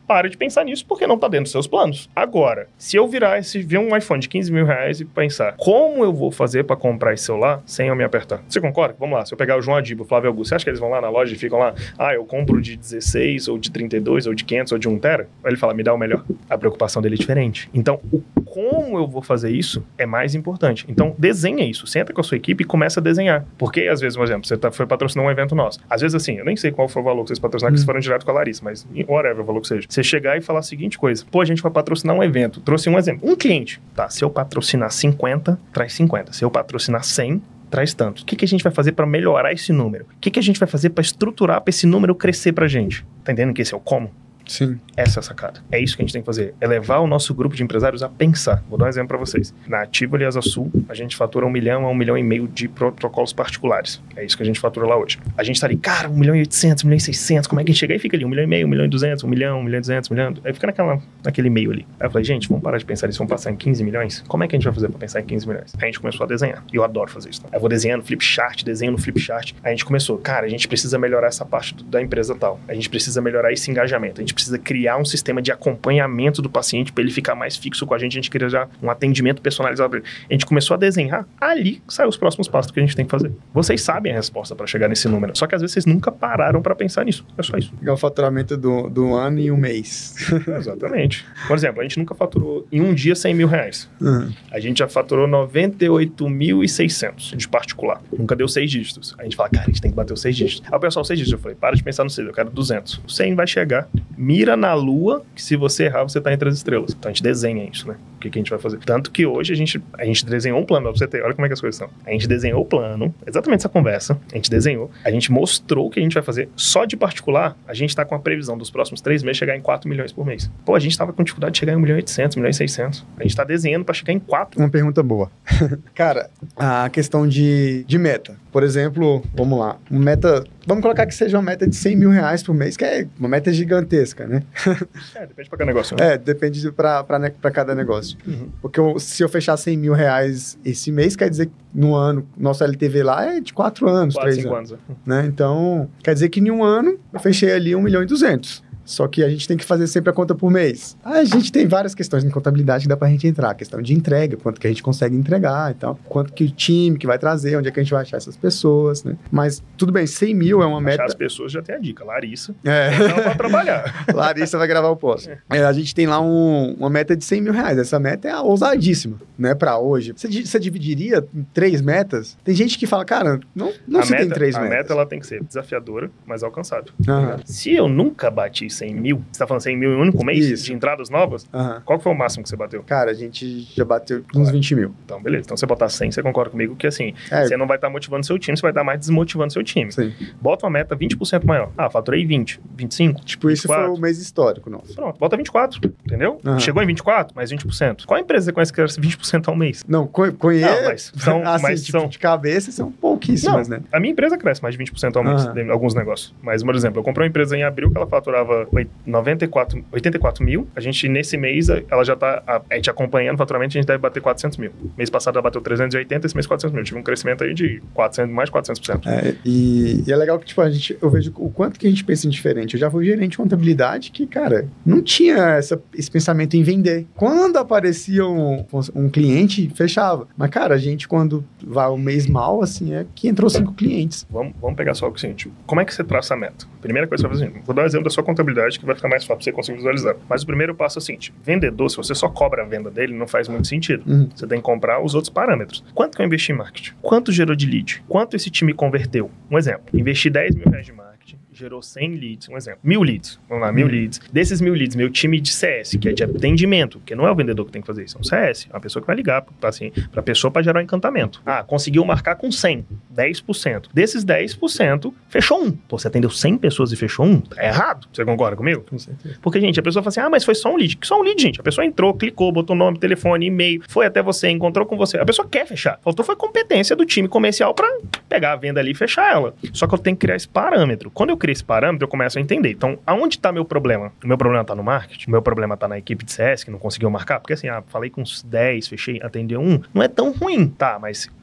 para de pensar nisso porque não tá dentro dos seus planos. Agora, se eu virar esse, ver um iPhone de quinze mil reais e pensar, como eu vou fazer para comprar esse celular sem eu me apertar? Você concorda? Vamos lá, se eu pegar o João Adibo, o Flávio Augusto, você acha que eles vão lá na loja e ficam lá, ah, eu compro de dezesseis, ou de trinta e dois, ou de quinhentos, ou de um tera? Aí ele fala, me dá o melhor. A preocupação dele é diferente. Então, o como eu vou fazer isso é mais importante. Então, desenha isso. Senta com a sua equipe e começa a desenhar. Porque, às vezes, por exemplo, você tá, foi patrocinar um evento nosso. Às vezes, assim, eu nem sei qual foi o valor que vocês patrocinaram, hum. que vocês foram direto com a Larissa, mas whatever o valor que seja. Você chegar e falar a seguinte coisa. Pô, a gente vai patrocinar um evento. Trouxe um exemplo. Um cliente. Tá, se eu patrocinar cinquenta, traz cinquenta. Se eu patrocinar cem, traz tanto. O que, que a gente vai fazer para melhorar esse número? O que, que a gente vai fazer para estruturar para esse número crescer pra gente? Tá entendendo que esse é o como? Sim. Essa é a sacada. É isso que a gente tem que fazer. É levar o nosso grupo de empresários a pensar. Vou dar um exemplo para vocês. Na Ativa Aliança Sul, a gente fatura um milhão a um milhão e meio de protocolos particulares. É isso que a gente fatura lá hoje. A gente tá ali, cara, um milhão e oitocentos, um milhão e seiscentos, como é que a gente chega? Aí fica ali, um milhão e meio, um milhão e duzentos, um milhão, um milhão e duzentos, um milhão... Aí fica naquela, naquele meio ali. Aí eu falei, gente, vamos parar de pensar nisso, vamos passar em quinze milhões? Como é que a gente vai fazer para pensar em quinze milhões? Aí a gente começou a desenhar. E eu adoro fazer isso. Tá? Aí eu vou desenhando flip chart, desenho no flip chart. Aí a gente começou, cara, a gente precisa melhorar essa parte do, da empresa tal. A gente precisa melhorar esse engajamento. A gente precisa criar um sistema de acompanhamento do paciente para ele ficar mais fixo com a gente, a gente queria já um atendimento personalizado para ele. A gente começou a desenhar, ali saiu os próximos passos que a gente tem que fazer. Vocês sabem a resposta para chegar nesse número, só que às vezes vocês nunca pararam para pensar nisso. É só isso. É o faturamento do, do ano e um mês. Exatamente. Por exemplo, a gente nunca faturou em um dia cem mil reais. Uhum. A gente já faturou noventa e oito mil e seiscentos de particular. Nunca deu seis dígitos. A gente fala, cara, a gente tem que bater os seis dígitos. Aí o pessoal, seis dígitos. Eu falei, para de pensar no seis, eu quero duzentos. O cem vai chegar. Mira na lua, que se você errar, você tá entre as estrelas. Então a gente desenha isso, né? O que, que a gente vai fazer? Tanto que hoje a gente, a gente desenhou um plano, pra você ter, olha como é que as coisas são. A gente desenhou o plano, exatamente essa conversa, a gente desenhou, a gente mostrou o que a gente vai fazer. Só de particular, a gente tá com a previsão dos próximos três meses chegar em quatro milhões por mês. Pô, a gente tava com dificuldade de chegar em um milhão e oitocentos, um milhão e seiscentos. A gente tá desenhando pra chegar em quatro. Uma pergunta boa. Cara, a questão de, de meta. Por exemplo, vamos lá, uma meta... Vamos colocar que seja uma meta de cem mil reais por mês, que é uma meta gigantesca, né? É, depende pra cada negócio, né? É, depende pra, pra, pra cada negócio. Uhum. Porque eu, se eu fechar cem mil reais esse mês, quer dizer que no ano, nosso L T V lá é de quatro anos, quatro, três cinco anos. anos. Né? Então, quer dizer que em um ano eu fechei ali um milhão e duzentos. Só que a gente tem que fazer sempre a conta por mês. A gente tem várias questões de contabilidade que dá pra gente entrar. A questão de entrega, quanto que a gente consegue entregar e tal. Quanto que o time que vai trazer, onde é que a gente vai achar essas pessoas, né? Mas, tudo bem, cem mil é uma meta... Achar as pessoas já tem a dica. Larissa, é. não vai trabalhar. Larissa vai gravar o post. É. É, a gente tem lá um, uma meta de cem mil reais. Essa meta é ousadíssima, né? Pra hoje. Você, você dividiria em três metas? Tem gente que fala, cara, não, não se meta, tem três a metas. A meta, ela tem que ser desafiadora, mas alcançável. Aham. Se eu nunca bati cem mil, você tá falando cem mil em um único mês Isso. de entradas novas? Aham. Qual que foi o máximo que você bateu? Cara, a gente já bateu uns vinte mil. Então, beleza. Então, você botar cem, você concorda comigo que, assim, É. você não vai estar motivando seu time, você vai estar mais desmotivando seu time. Sim. Bota uma meta vinte por cento maior. Ah, faturei vinte, vinte e cinco, Tipo, isso vinte e quatro. foi o mês histórico nosso. Pronto, bota vinte e quatro, entendeu? Aham. Chegou em vinte e quatro, mais vinte por cento. Qual empresa você conhece que cresce vinte por cento ao mês? Não, co conheço. Não, mas são- assim, mas tipo, são- de cabeça são pouquíssimas, Não, né? a minha empresa cresce mais de vinte por cento ao mês, Aham. em alguns negócios. Mas, por exemplo, eu comprei uma empresa em abril que ela faturava oit- noventa e quatro, oitenta e quatro mil. A gente, nesse mês, ela já tá, a, a gente acompanhando o faturamento, a gente deve bater quatrocentos mil. Mês passado ela bateu trezentos e oitenta, esse mês quatrocentos mil. Tive um crescimento aí de quatrocentos, mais de quatrocentos por cento. É, e, e é legal que, tipo, a gente, eu vejo o quanto que a gente pensa em diferente. Eu já fui gerente de contabilidade que, cara, não tinha essa, esse pensamento em vender. Quando aparecia um, um cliente, fechava. Mas, cara, a gente, quando vai o mês mal, assim, é que entrou cinco clientes. Vamos, vamos pegar só o seguinte. Como é que você traça a meta? Primeira coisa que você vai fazer, vou dar um exemplo da sua contabilidade que vai ficar mais fácil pra você conseguir visualizar. Mas o primeiro passo é o seguinte, vendedor, se você só cobra a venda dele, não faz muito sentido. Uhum. Você tem que comprar os outros parâmetros. Quanto que eu investi em marketing? Quanto gerou de lead? Quanto esse time converteu? Um exemplo, investi dez mil reais de marketing, gerou cem leads, um exemplo, mil leads, vamos lá, mil leads. Desses mil leads, meu time de C S, que é de atendimento, que não é o vendedor que tem que fazer isso, é um C S, é uma pessoa que vai ligar pra, assim, pra pessoa para gerar um encantamento. Ah, conseguiu marcar com cem, dez por cento. Desses dez por cento, fechou um. Pô, você atendeu cem pessoas e fechou um? Tá errado. Você concorda comigo? Com certeza. Porque, gente, a pessoa fala assim, ah, mas foi só um lead. Só um lead, gente. A pessoa entrou, clicou, botou nome, telefone, e-mail, foi até você, encontrou com você. A pessoa quer fechar. Faltou foi competência do time comercial pra pegar a venda ali e fechar ela. Só que eu tenho que criar esse parâmetro. Quando eu crio esse parâmetro, eu começo a entender. Então, aonde tá meu problema? O meu problema tá no marketing? O meu problema tá na equipe de C S, que não conseguiu marcar? Porque assim, ah, falei com uns dez, fechei, atendeu um. Não é tão ruim, tá? Mas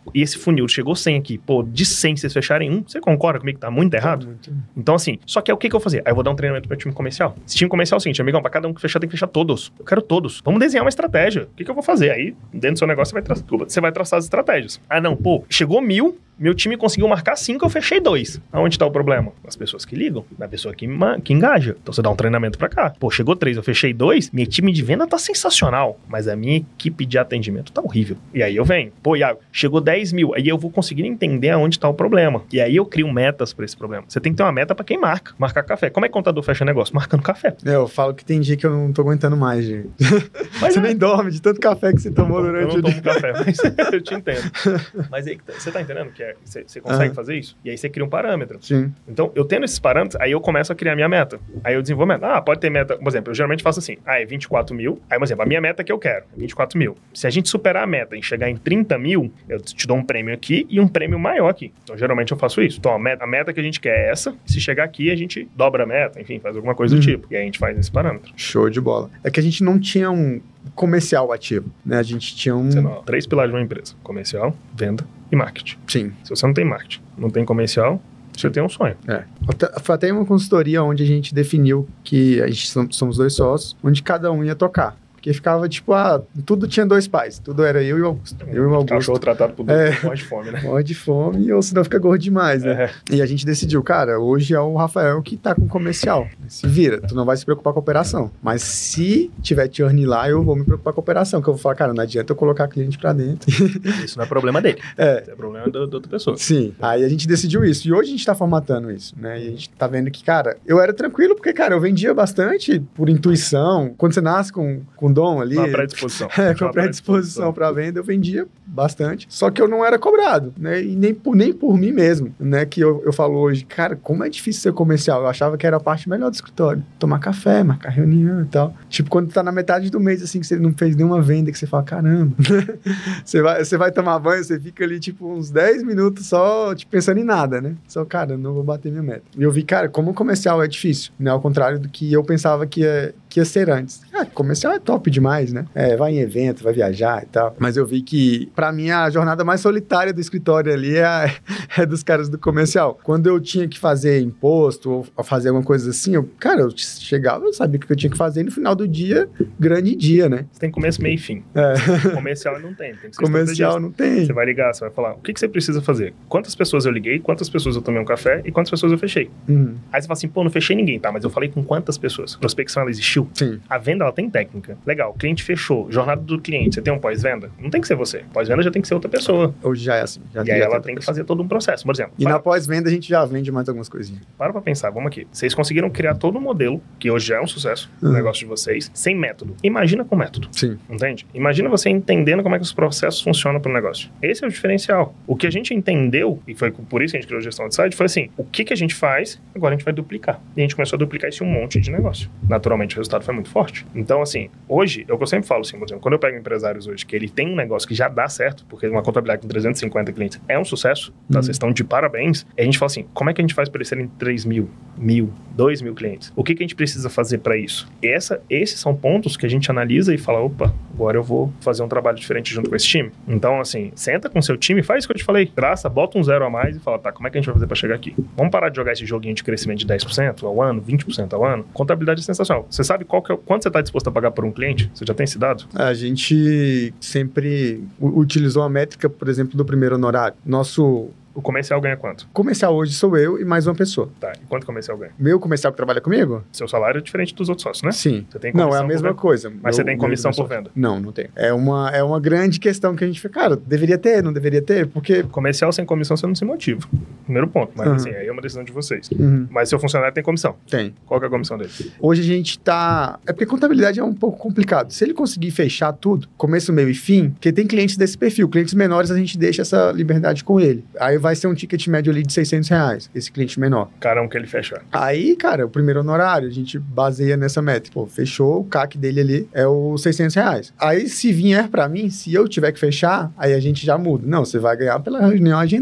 e esse funil chegou cem aqui, pô, de cem vocês fecharem um, você concorda comigo que tá muito errado? Muito. Então, assim, só que é o que que eu vou fazer? Aí eu vou dar um treinamento pro meu time comercial. Esse time comercial é o seguinte, amigão, pra cada um que fechar, tem que fechar todos. Eu quero todos. Vamos desenhar uma estratégia. O que que eu vou fazer? Aí, dentro do seu negócio, você vai, tra- você vai traçar as estratégias. Ah, não, pô, chegou mil, meu time conseguiu marcar cinco, eu fechei dois. Aonde tá o problema? Nas pessoas que ligam, na pessoa que, ma- que engaja. Então, você dá um treinamento pra cá. Pô, chegou três, eu fechei dois, meu time de venda tá sensacional, mas a minha equipe de atendimento tá horrível. E aí eu venho, pô, Iago, chegou dez mil, aí eu vou conseguir entender aonde tá o problema. E aí eu crio metas pra esse problema. Você tem que ter uma meta pra quem marca. Marcar café. Como é que o contador fecha negócio? Marcando café. É, eu falo que tem dia que eu não tô aguentando mais, gente. Mas você é. nem dorme de tanto café que você tomou eu durante eu o não dia. tomo café, mas eu te entendo. Mas aí, você tá entendendo que é, você, você consegue Ah. fazer isso? E aí você cria um parâmetro. Sim. Então, eu tendo esses parâmetros, aí eu começo a criar minha meta. Aí eu desenvolvo meta. Ah, pode ter meta. Por exemplo, eu geralmente faço assim. Ah, é vinte e quatro mil. Aí, por exemplo, a minha meta que eu quero é vinte e quatro mil. Se a gente superar a meta e chegar em trinta mil, eu te dou um prêmio aqui e um prêmio maior aqui. Então, geralmente eu faço isso. Então, a meta, a meta que a gente quer é essa. Se chegar aqui, a gente dobra a meta. Enfim, faz alguma coisa Uhum. do tipo. E aí a gente faz esse parâmetro. Show de bola. É que a gente não tinha um comercial ativo, né? A gente tinha um... Você não, três pilares de uma empresa. Comercial, venda e marketing. Sim. Se você não tem marketing, não tem comercial, você tem um sonho. É. Até- Foi até uma consultoria onde a gente definiu que a gente som- somos dois sócios, onde cada um ia tocar. Porque ficava tipo, ah, tudo tinha dois pais. Tudo era eu e o Augusto. Eu e o Augusto. Cachorro tratado por dois, É. morre de fome, né? Morre de fome ou senão fica gordo demais, né? É. E a gente decidiu, cara, hoje é o Rafael que tá com comercial. Se vira, tu não vai se preocupar com a operação. Mas se tiver churn lá, eu vou me preocupar com a operação. Que eu vou falar, cara, não adianta eu colocar cliente pra dentro. Isso não é problema dele. É. Isso é problema da da outra pessoa. Sim, aí a gente decidiu isso. E hoje a gente tá formatando isso, né? E a gente tá vendo que, cara, eu era tranquilo, porque, cara, eu vendia bastante por intuição. Quando você nasce com, com dom ali... Uma predisposição. É, com a predisposição para venda, eu vendia bastante. Só que eu não era cobrado, né? E nem por, nem por mim mesmo, né? Que eu, eu falo hoje, cara, como é difícil ser comercial. Eu achava que era a parte melhor do escritório. Tomar café, marcar reunião e tal. Tipo, quando tá na metade do mês, assim, que você não fez nenhuma venda, que você fala, caramba. você, vai, você vai tomar banho, você fica ali, tipo, uns dez minutos só, tipo, pensando em nada, né? Só, cara, não vou bater minha meta. E eu vi, cara, como o comercial é difícil, né? Ao contrário do que eu pensava que ia, que ia ser antes. Ah, comercial é top demais, né? É, vai em evento, vai viajar e tal. Mas eu vi que, pra mim, a jornada mais solitária do escritório ali é, a, é dos caras do comercial. Quando eu tinha que fazer imposto ou fazer alguma coisa assim, eu, cara, eu chegava, eu sabia o que eu tinha que fazer e no final do dia, grande dia, né? Você tem começo, meio e fim. É. Comercial não tem. tem que ser Comercial não tem. Você vai ligar, você vai falar, o que, que você precisa fazer? Quantas pessoas eu liguei, quantas pessoas eu tomei um café e quantas pessoas eu fechei? Uhum. Aí você fala assim, pô, não fechei ninguém, tá? Mas eu falei com quantas pessoas? Prospecção, ela existiu? Sim. A venda, ela tem técnica. Legal, o cliente fechou. Jornada do cliente, você tem um pós-venda? Não tem que ser você. Pós-venda já tem que ser outra pessoa. Hoje já é assim. Já E aí já ela outra tem que pessoa. fazer todo um processo. Por exemplo, E para, na pós-venda a gente já vende mais algumas coisinhas. para pra pensar, vamos aqui. Vocês conseguiram criar todo um modelo, que hoje já é um sucesso, o Uhum. negócio de vocês, sem método. Imagina com método. Sim. Entende? Imagina você entendendo como é que os processos funcionam para o negócio. Esse é o diferencial. O que a gente entendeu, e foi por isso que a gente criou a gestão de site, foi assim, o que, que a gente faz, agora a gente vai duplicar. E a gente começou a duplicar isso em um monte de negócio. Naturalmente, o resultado foi muito forte. Então, assim, hoje, é o que eu sempre falo, assim, por exemplo, quando eu pego empresários hoje, que ele tem um negócio que já dá certo, porque uma contabilidade com trezentos e cinquenta clientes é um sucesso, tá? Uhum. Vocês estão de parabéns, e a gente fala assim, como é que a gente faz para eles serem três mil, mil, dois mil clientes? O que, que a gente precisa fazer para isso? Essa, esses são pontos que a gente analisa e fala, opa, agora eu vou fazer um trabalho diferente junto com esse time. Então, assim, senta com o seu time, faz o que eu te falei, traça, bota um zero a mais e fala, tá, como é que a gente vai fazer para chegar aqui? Vamos parar de jogar esse joguinho de crescimento de dez por cento ao ano, vinte por cento ao ano? Contabilidade é sensacional. Você sabe qual que é, quanto você está disposto a pagar por um cliente? Você já tem esse dado? A gente sempre u- utilizou a métrica, por exemplo, do primeiro honorário. Nosso O comercial ganha quanto? comercial hoje sou eu e mais uma pessoa. Tá, e quanto o comercial ganha? Meu comercial que trabalha comigo? Seu salário é diferente dos outros sócios, né? Sim. Você tem Não, comissão é a por mesma venda? coisa. Mas Meu- você tem meu comissão comercial- por venda? Não, não tem. É uma, é uma grande questão que a gente fica, cara, deveria ter, não deveria ter, porque... Comercial sem comissão você não se motiva. Primeiro ponto. Mas Uhum. assim, aí é uma decisão de vocês. Uhum, Mas seu funcionário tem comissão. tem. Qual que é a comissão dele? Hoje a gente tá... É porque contabilidade é um pouco complicado. Se ele conseguir fechar tudo, começo, meio e fim, porque tem clientes desse perfil. Clientes menores a gente deixa essa liberdade com ele. Aí vai ser um ticket médio ali de seiscentos reais, esse cliente menor. Carão que ele fechar. Aí, cara, o primeiro honorário, a gente baseia nessa métrica. Pô, fechou, o C A C dele ali é os seiscentos reais. Aí, se vier pra mim, se eu tiver que fechar, aí a gente já muda. Não, você vai ganhar pela reunião agendada.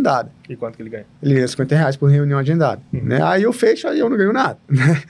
E quanto que ele ganha? Ele ganha cinquenta reais por reunião agendada, uhum. né? Aí eu fecho, aí eu não ganho nada, né?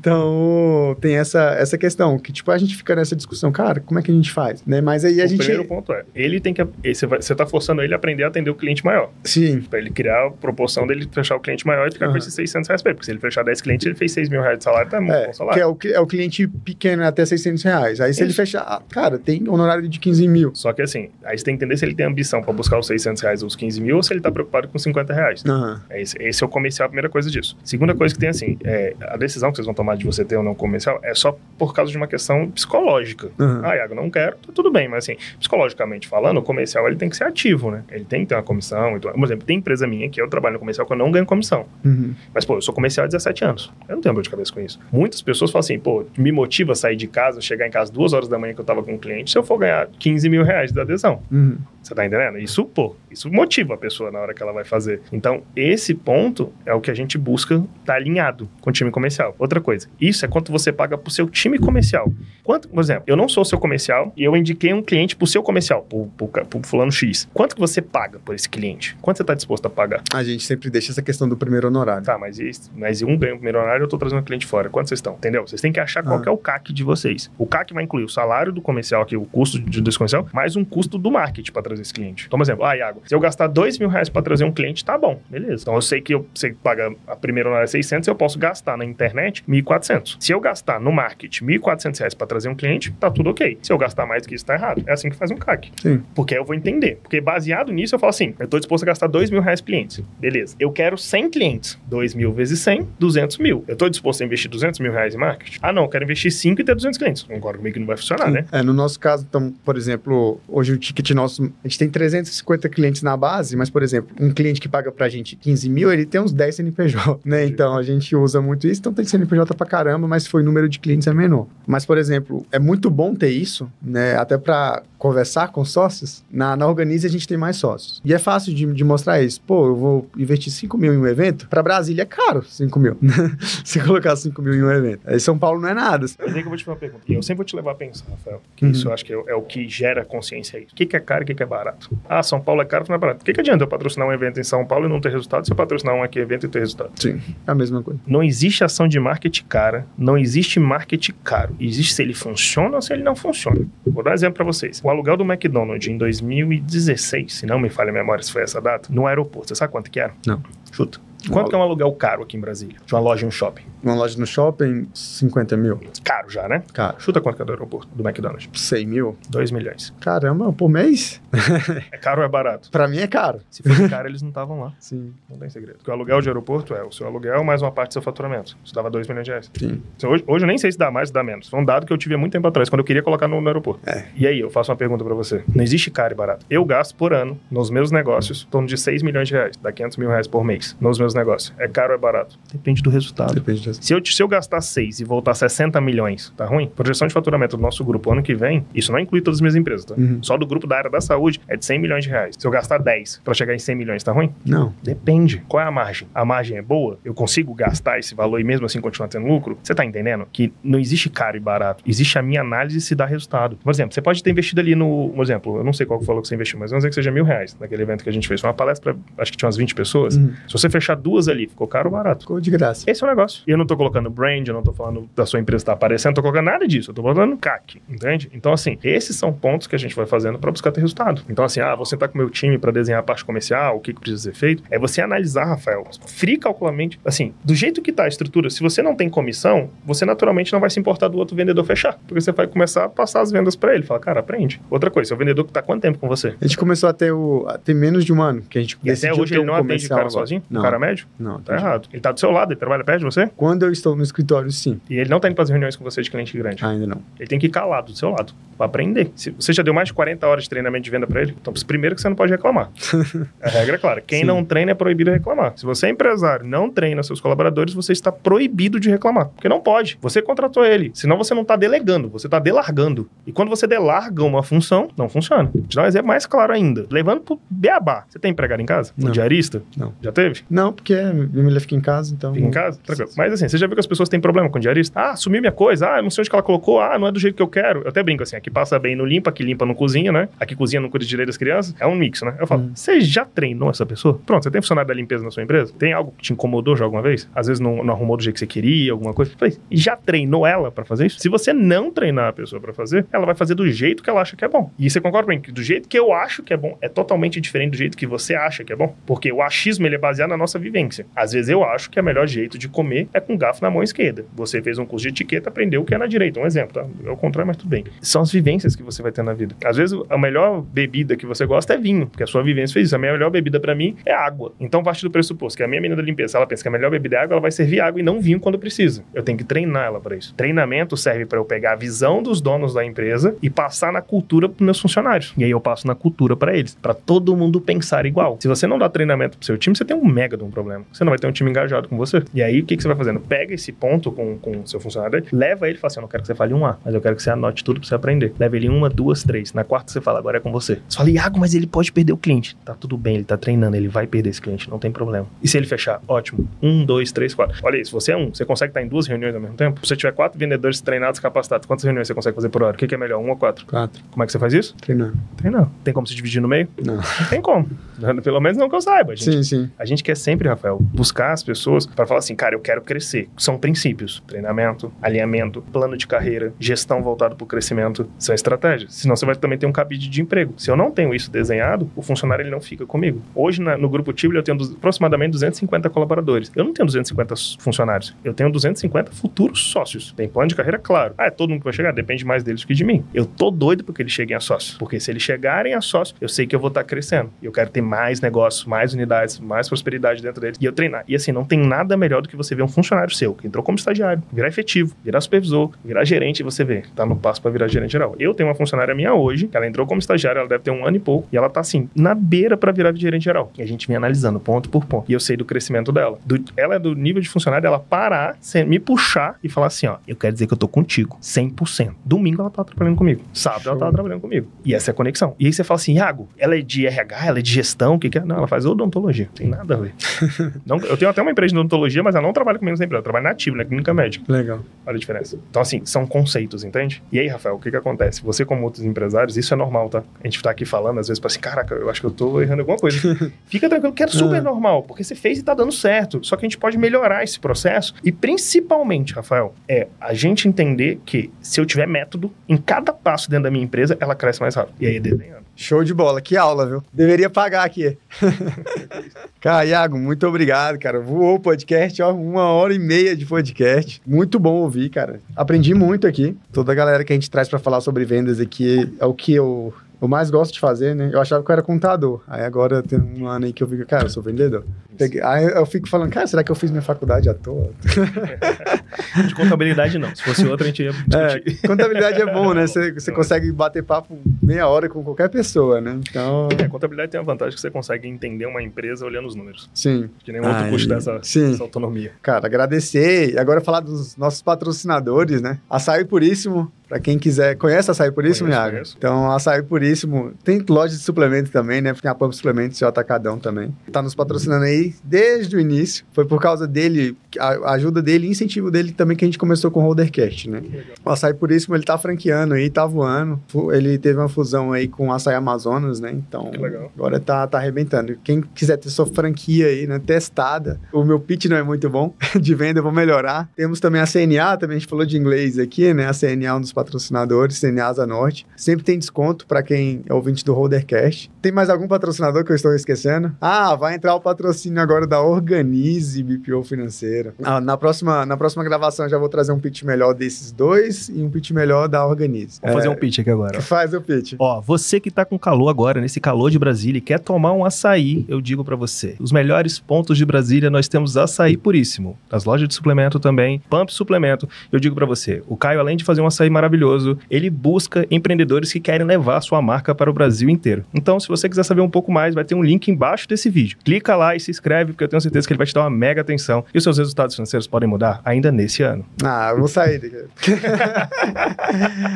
Então, tem essa, essa questão, que tipo, a gente fica nessa discussão, cara, como é que a gente faz? Né? Mas aí a o gente... O primeiro ponto é, ele tem que... Você, vai, você tá forçando ele a aprender a atender o cliente maior. Sim. Pra ele criar a proporção dele fechar o cliente maior e ficar uhum. com esses seiscentos reais pra ele. Porque se ele fechar dez clientes, ele fez seis mil reais de salário, tá muito é, bom salário. Que é, o, é o cliente pequeno, até seiscentos reais. Aí se Isso. ele fechar, cara, tem honorário de quinze mil. Só que assim, aí você tem que entender se ele tem ambição pra buscar os seiscentos reais ou os quinze mil, ou se ele tá preocupado com cinquenta reais. Uhum. É esse, esse é o comercial, a primeira coisa disso. Segunda coisa que tem assim, é, a decisão que vocês vão tomar de você ter ou não comercial é só por causa de uma questão psicológica. Uhum. Ah, Iago, não quero, tá tudo bem, mas assim, psicologicamente falando, o comercial ele tem que ser ativo, né? Ele tem que ter uma comissão. Então, por exemplo, tem empresa minha que eu trabalho no comercial que eu não ganho comissão. Uhum. Mas, pô, eu sou comercial há dezessete anos. Eu não tenho dor de cabeça com isso. Muitas pessoas falam assim, pô, me motiva a sair de casa, chegar em casa duas horas da manhã que eu tava com um cliente, se eu for ganhar quinze mil reais de adesão. Uhum. Você tá entendendo? Isso, pô, isso motiva a pessoa na hora que ela vai fazer. Então, esse ponto é o que a gente busca estar tá alinhado com o time comercial. Outra coisa, isso é quanto você paga pro seu time comercial. Quanto, por exemplo, eu não sou seu comercial e eu indiquei um cliente pro seu comercial, pro, pro, pro fulano X. Quanto que você paga por esse cliente? Quanto você tá disposto a pagar? A gente sempre deixa essa questão do primeiro honorário. Tá, mas, isso, mas um ganha o primeiro honorário e eu tô trazendo um cliente fora. Quanto vocês estão? Entendeu? Vocês têm que achar qual ah. que é o C A C de vocês. O C A C vai incluir o salário do comercial aqui, o custo de, desse comercial, mais um custo do marketing para trazer esse cliente. Então, por exemplo, ah, Iago, se eu gastar dois mil reais para trazer um cliente, tá bom, beleza. Então, eu sei que eu, você paga a primeira honorário seiscentos, eu posso gastar na internet mil e quatrocentos. Se eu gastar no marketing mil e quatrocentos reais para trazer um cliente, tá tudo ok. Se eu gastar mais do que isso, tá errado. É assim que faz um C A C. Sim. Porque eu vou entender. Porque baseado nisso, eu falo assim, eu tô disposto a gastar dois mil reais clientes. Beleza. Eu quero cem clientes. dois mil vezes cem, duzentos mil. Eu tô disposto a investir duzentos mil reais em marketing? Ah, não, eu quero investir cinco e ter duzentos clientes. Concordo comigo que não vai funcionar, Sim. né? É, no nosso caso, então, por exemplo, hoje o ticket nosso, a gente tem trezentos e cinquenta clientes na base, mas, por exemplo, um cliente que paga pra gente quinze mil, ele tem uns dez C N P J, né? Sim. Então, a gente usa muito isso, então tem C N P J pra caramba, mas se for o número de clientes é menor. Mas, por exemplo, é muito bom ter isso, né? Até pra conversar com sócios. Na, na Organize a gente tem mais sócios. E é fácil de, de mostrar isso. Pô, eu vou investir cinco mil em um evento, pra Brasília é caro cinco mil. Se colocar cinco mil em um evento. Aí São Paulo não é nada. Mas aí que eu vou te fazer uma pergunta. E eu sempre vou te levar a pensar, Rafael, que uhum. isso eu acho que é, é o que gera consciência aí. O que, que é caro e o que, que é barato? Ah, São Paulo é caro, não é barato. O que, que adianta eu patrocinar um evento em São Paulo e não ter resultado se eu patrocinar um aqui evento e ter resultado? Sim, é a mesma coisa. Não existe ação de marketing cara, não existe marketing caro. Existe se ele funciona ou se ele não funciona. Vou dar um exemplo pra vocês. O aluguel do McDonald's em dois mil e dezesseis, se não me falha a memória se foi essa data, no aeroporto. Você sabe quanto que era? Não. Chuta. Quanto que é um aluguel caro aqui em Brasília? De uma loja em um shopping? Uma loja no shopping, cinquenta mil. Caro já, né? Caro. Chuta quanto que é do aeroporto, do McDonald's? cem mil. dois milhões. Caramba, por mês? É caro ou é barato? Pra mim é caro. Se fosse caro, eles não estavam lá. Sim. Não tem segredo. Porque o aluguel de aeroporto é o seu aluguel mais uma parte do seu faturamento. Isso dava dois milhões de reais. Sim. Então, hoje, hoje eu nem sei se dá mais ou dá menos. Foi um dado que eu tive há muito tempo atrás, quando eu queria colocar no, no aeroporto. É. E aí, eu faço uma pergunta pra você. Não existe caro e barato. Eu gasto por ano, nos meus negócios, em torno de seis milhões de reais. Dá quinhentos mil reais por mês. Nos meus negócios. É caro ou é barato? Depende do resultado. Depende do... Se eu, se eu gastar seis e voltar sessenta milhões, tá ruim? Projeção de faturamento do nosso grupo ano que vem, isso não inclui todas as minhas empresas, tá? Uhum. Só do grupo da área da saúde é de cem milhões de reais. Se eu gastar dez pra chegar em cem milhões, tá ruim? Não. Depende. Qual é a margem? A margem é boa? Eu consigo gastar esse valor e mesmo assim continuar tendo lucro? Você tá entendendo? Que não existe caro e barato. Existe a minha análise se dá resultado. Por exemplo, você pode ter investido ali no... Por exemplo, eu não sei qual que falou que você investiu, mas vamos dizer que seja mil reais naquele evento que a gente fez. Foi uma palestra, acho que tinha umas vinte pessoas. Uhum. Se você fechar duas ali, ficou caro ou barato? Ficou de graça. Esse é o negócio. E eu não tô colocando brand, eu não tô falando da sua empresa tá aparecendo, não tô colocando nada disso. Eu tô colocando C A C, entende? Então, assim, esses são pontos que a gente vai fazendo pra buscar ter resultado. Então, assim, ah, vou sentar com o meu time pra desenhar a parte comercial, o que, que precisa ser feito. É você analisar, Rafael, frio calculamente, assim, do jeito que tá a estrutura, se você não tem comissão, você naturalmente não vai se importar do outro vendedor fechar. Porque você vai começar a passar as vendas pra ele. Fala, cara, aprende. Outra coisa, seu vendedor que tá quanto tempo com você? A gente começou a ter, o, a ter menos de um ano, que a gente e até hoje ele não um atende o cara agora. Sozinho? Não. O cara médio? Não. Tá errado. Ele tá do seu lado, ele trabalha perto de você? Quando eu estou no escritório, sim. E ele não tá indo fazer reuniões com você de cliente grande? Ainda não. Ele tem que ir calado do seu lado, pra aprender. Se você já deu mais de quarenta horas de treinamento de venda pra ele, então primeiro que você não pode reclamar. A regra é clara. Quem sim. não treina é proibido de reclamar. Se você é empresário e não treina seus colaboradores, você está proibido de reclamar. Porque não pode. Você contratou ele. Senão você não tá delegando, você tá delargando. E quando você delarga uma função, não funciona. Vou te dar um exemplo mais claro ainda. Levando pro beabá. Você tem empregado em casa? Não. Um diarista? Não. Já teve? Não. porque minha mulher fica em casa, então... Fica em casa? Tranquilo. Mas assim, você já viu que as pessoas têm problema com diarista? Ah, sumiu minha coisa. Ah, não sei onde que ela colocou. Ah, não é do jeito que eu quero. Eu até brinco assim, aqui passa bem, não limpa, aqui limpa, não cozinha, né? Aqui cozinha, não cuida direito das crianças. É um mix, né? Eu falo, hum. você já treinou essa pessoa? Pronto, você tem funcionário da limpeza na sua empresa? Tem algo que te incomodou já alguma vez? Às vezes não, não arrumou do jeito que você queria, alguma coisa. Eu falei, já treinou ela pra fazer isso? Se você não treinar a pessoa pra fazer, ela vai fazer do jeito que ela acha que é bom. E você concorda comigo que do jeito que eu acho que é bom é totalmente diferente do jeito que você acha que é bom? Porque o achismo, ele é baseado na nossa vivência. Às vezes eu acho que o melhor jeito de comer é com garfo na mão esquerda. Você fez um curso de etiqueta, aprendeu o que é na direita. Um exemplo, tá? É o contrário, mas tudo bem. São as vivências que você vai ter na vida. Às vezes a melhor bebida que você gosta é vinho, porque a sua vivência fez isso. A melhor bebida pra mim é água. Então parte do pressuposto que a minha menina da limpeza, ela pensa que a melhor bebida é água, ela vai servir água e não vinho quando precisa. Eu tenho que treinar ela pra isso. Treinamento serve pra eu pegar a visão dos donos da empresa e passar na cultura pros meus funcionários. E aí eu passo na cultura pra eles, pra todo mundo pensar igual. Se você não dá treinamento pro seu time, você tem um mega de um problema. Você não vai ter um time engajado com você. E aí o que, que você vai fazendo? Pega esse ponto com o seu funcionário, leva ele e fala assim, eu não quero que você fale um A, mas eu quero que você anote tudo pra você aprender. Leva ele uma, duas, três. Na quarta você fala, agora é com você. Você fala, Iago, mas ele pode perder o cliente. Tá tudo bem, ele tá treinando, ele vai perder esse cliente, não tem problema. E se ele fechar? Ótimo. Um, dois, três, quatro. Olha aí, se você é um, você consegue estar em duas reuniões ao mesmo tempo? Se você tiver quatro vendedores treinados, capacitados, quantas reuniões você consegue fazer por hora? O que, que é melhor, um ou quatro? Quatro. Como é que você faz isso? Treinando. Treinando. Tem como se dividir no meio? Não. Não tem como. Pelo menos não que eu saiba. A gente, sim, sim. A gente quer sempre, Rafael, buscar as pessoas para falar assim, cara, eu quero crescer. São princípios. Treinamento, alinhamento, plano de carreira, gestão voltado para o crescimento. São estratégias. Senão você vai também ter um cabide de emprego. Se eu não tenho isso desenhado, o funcionário ele não fica comigo. Hoje, na, no Grupo Tivoli, eu tenho do, aproximadamente duzentos e cinquenta colaboradores. Eu não tenho duzentos e cinquenta funcionários. Eu tenho duzentos e cinquenta futuros sócios. Tem plano de carreira, claro. Ah, é todo mundo que vai chegar? Depende mais deles que de mim. Eu tô doido porque eles cheguem a sócio. Porque se eles chegarem a sócio, eu sei que eu vou estar crescendo. E eu quero ter mais negócios, mais unidades, mais prosperidade dentro deles. E eu treinar. E assim, não tem nada melhor do que você ver um funcionário seu que entrou como estagiário, virar efetivo, virar supervisor, virar gerente e você vê, tá no passo para virar gerente geral. Eu tenho uma funcionária minha hoje, que ela entrou como estagiária, ela deve ter um ano e pouco, e ela tá assim, na beira para virar gerente geral. E a gente vem analisando ponto por ponto. E eu sei do crescimento dela. Do, ela é do nível de funcionário dela parar, me puxar e falar assim, ó, eu quero dizer que eu tô contigo, cem por cento. Domingo ela tá trabalhando comigo. Sábado Show. Ela tá trabalhando comigo. E essa é a conexão. E aí você fala assim, Iago, ela é de R H, ela é de gestão, o que que é? Não, ela faz odontologia. Não tem nada a ver. Não, eu tenho até uma empresa de odontologia, mas ela não trabalha comigo nessa empresa. Ela trabalha na Tivoli, na clínica médica. Legal. Olha a diferença. Então, assim, são conceitos, entende? E aí, Rafael, o que que acontece? Você, como outros empresários, isso é normal, tá? A gente tá aqui falando, às vezes, pra assim, caraca, eu acho que eu tô errando alguma coisa. Fica tranquilo, que é super normal, porque você fez e tá dando certo. Só que a gente pode melhorar esse processo. E, principalmente, Rafael, é a gente entender que se eu tiver método, em cada passo dentro da minha empresa, ela cresce mais rápido. E aí, desenhando. Show de bola, que aula, viu? Deveria pagar aqui. Cara, Iago, muito obrigado, cara. Voou o podcast, ó, uma hora e meia de podcast. Muito bom ouvir, cara. Aprendi muito aqui. Toda a galera que a gente traz pra falar sobre vendas aqui é o que eu... eu mais gosto de fazer, né? Eu achava que eu era contador. Aí agora tem um ano aí que eu fico, cara, eu sou vendedor. Peguei, aí eu fico falando, cara, será que eu fiz minha faculdade à toa? De contabilidade não. Se fosse outra, a gente ia discutir. É, contabilidade é bom, né? Você, você consegue bater papo meia hora com qualquer pessoa, né? Então... É, contabilidade tem a vantagem que você consegue entender uma empresa olhando os números. Sim. Que nenhum outro custo dessa, dessa autonomia. Cara, agradecer. E agora falar dos nossos patrocinadores, né? Açaí Puríssimo. Pra quem quiser, conhece Açaí Puríssimo, Conheço, Iago? conheço. Então, Açaí Puríssimo, tem loja de suplemento também, né? Tem a Pump Suplementos e o Atacadão também. Tá nos patrocinando aí desde o início. Foi por causa dele, a ajuda dele e incentivo dele também que a gente começou com o Holdercast, né? O Açaí Puríssimo, ele tá franqueando aí, tá voando. Ele teve uma fusão aí com o Açaí Amazonas, né? Então, agora tá, tá arrebentando. Quem quiser ter sua franquia aí, né? Testada. O meu pitch não é muito bom de venda, eu vou melhorar. Temos também a C N A, também a gente falou de inglês aqui, né? A C N A é um dos patrocinadores, C N A Asa Norte. Sempre tem desconto para quem é ouvinte do Holdercast. Tem mais algum patrocinador que eu estou esquecendo? Ah, vai entrar o patrocínio agora da Organize B P O Financeira. Ah, na, próxima, na próxima gravação eu já vou trazer um pitch melhor desses dois e um pitch melhor da Organize. Vou é, fazer um pitch aqui agora. Faz o pitch. Ó, você que tá com calor agora, nesse calor de Brasília e quer tomar um açaí, eu digo para você. Os melhores pontos de Brasília, nós temos Açaí Puríssimo. As lojas de suplemento também, Pump Suplemento. Eu digo para você, o Caio, além de fazer um açaí maravilhoso, ele busca empreendedores que querem levar a sua marca para o Brasil inteiro. Então, se você quiser saber um pouco mais, vai ter um link embaixo desse vídeo. Clica lá e se inscreve, porque eu tenho certeza que ele vai te dar uma mega atenção. E os seus resultados financeiros podem mudar ainda nesse ano. Ah, eu vou sair daqui.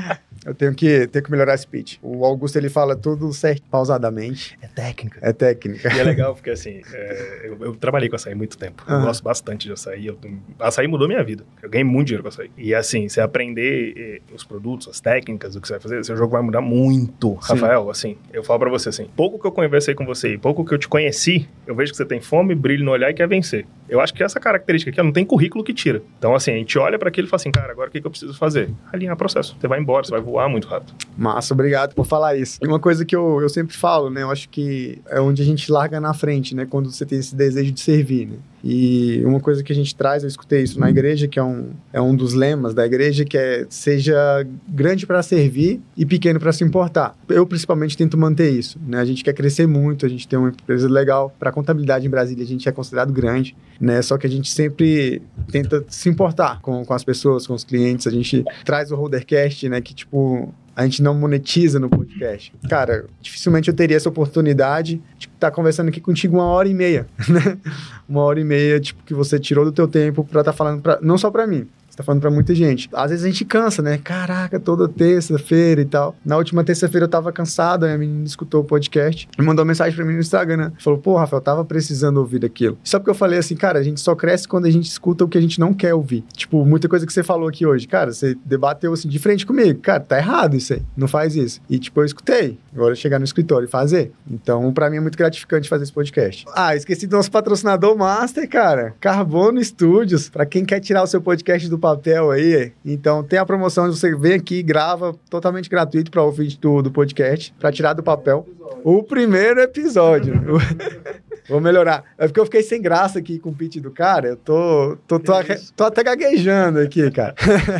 Eu tenho que, tenho que melhorar esse pitch. O Augusto, ele fala tudo certo, pausadamente. É técnica. É técnica. E é legal porque, assim, é, eu, eu trabalhei com açaí há muito tempo. Eu Uhum. gosto bastante de açaí. Eu, açaí mudou minha vida. Eu ganhei muito dinheiro com açaí. E, assim, você aprender eh, os produtos, as técnicas, o que você vai fazer, seu jogo vai mudar muito. Sim. Rafael, assim, eu falo pra você, assim, pouco que eu conversei com você e pouco que eu te conheci, eu vejo que você tem fome, brilho no olhar e quer vencer. Eu acho que essa característica aqui, ó, não tem currículo que tira. Então, assim, a gente olha pra aquilo e fala assim, cara, agora o que, que eu preciso fazer? Alinhar processo. Você vai embora, você vai voar muito rápido. Massa, obrigado por falar isso. E uma coisa que eu, eu sempre falo, né? Eu acho que é onde a gente larga na frente, né? Quando você tem esse desejo de servir, né? E uma coisa que a gente traz, eu escutei isso na igreja, que é um, é um dos lemas da igreja, que é seja grande para servir e pequeno para se importar. Eu, principalmente, tento manter isso, né? A gente quer crescer muito, a gente tem uma empresa legal. Para contabilidade em Brasília, a gente é considerado grande, né? Só que a gente sempre tenta se importar com, com as pessoas, com os clientes. A gente traz o Holdercast, né? Que, tipo... a gente não monetiza no podcast. Cara, dificilmente eu teria essa oportunidade de estar conversando aqui contigo uma hora e meia, né? Uma hora e meia, tipo, que você tirou do teu tempo pra estar falando, pra, não só pra mim, você tá falando pra muita gente. Às vezes a gente cansa, né? Caraca, toda terça-feira e tal. Na última terça-feira eu tava cansado, aí a menina escutou o podcast e mandou uma mensagem pra mim no Instagram, né? Falou, pô, Rafael, eu tava precisando ouvir aquilo. Só porque eu falei assim, cara, a gente só cresce quando a gente escuta o que a gente não quer ouvir. Tipo, muita coisa que você falou aqui hoje. Cara, você debateu assim de frente comigo. Cara, tá errado isso aí. Não faz isso. E tipo, eu escutei. Agora é chegar no escritório e fazer. Então, pra mim é muito gratificante fazer esse podcast. Ah, esqueci do nosso patrocinador master, cara. Carbono Studios. Pra quem quer tirar o seu podcast do papel aí, então tem a promoção de você vem aqui, grava totalmente gratuito para ouvir do, do podcast, para tirar do papel o primeiro episódio. Vou melhorar. É porque eu fiquei sem graça aqui com o pitch do cara. Eu tô, tô, tô, tô até gaguejando aqui, cara.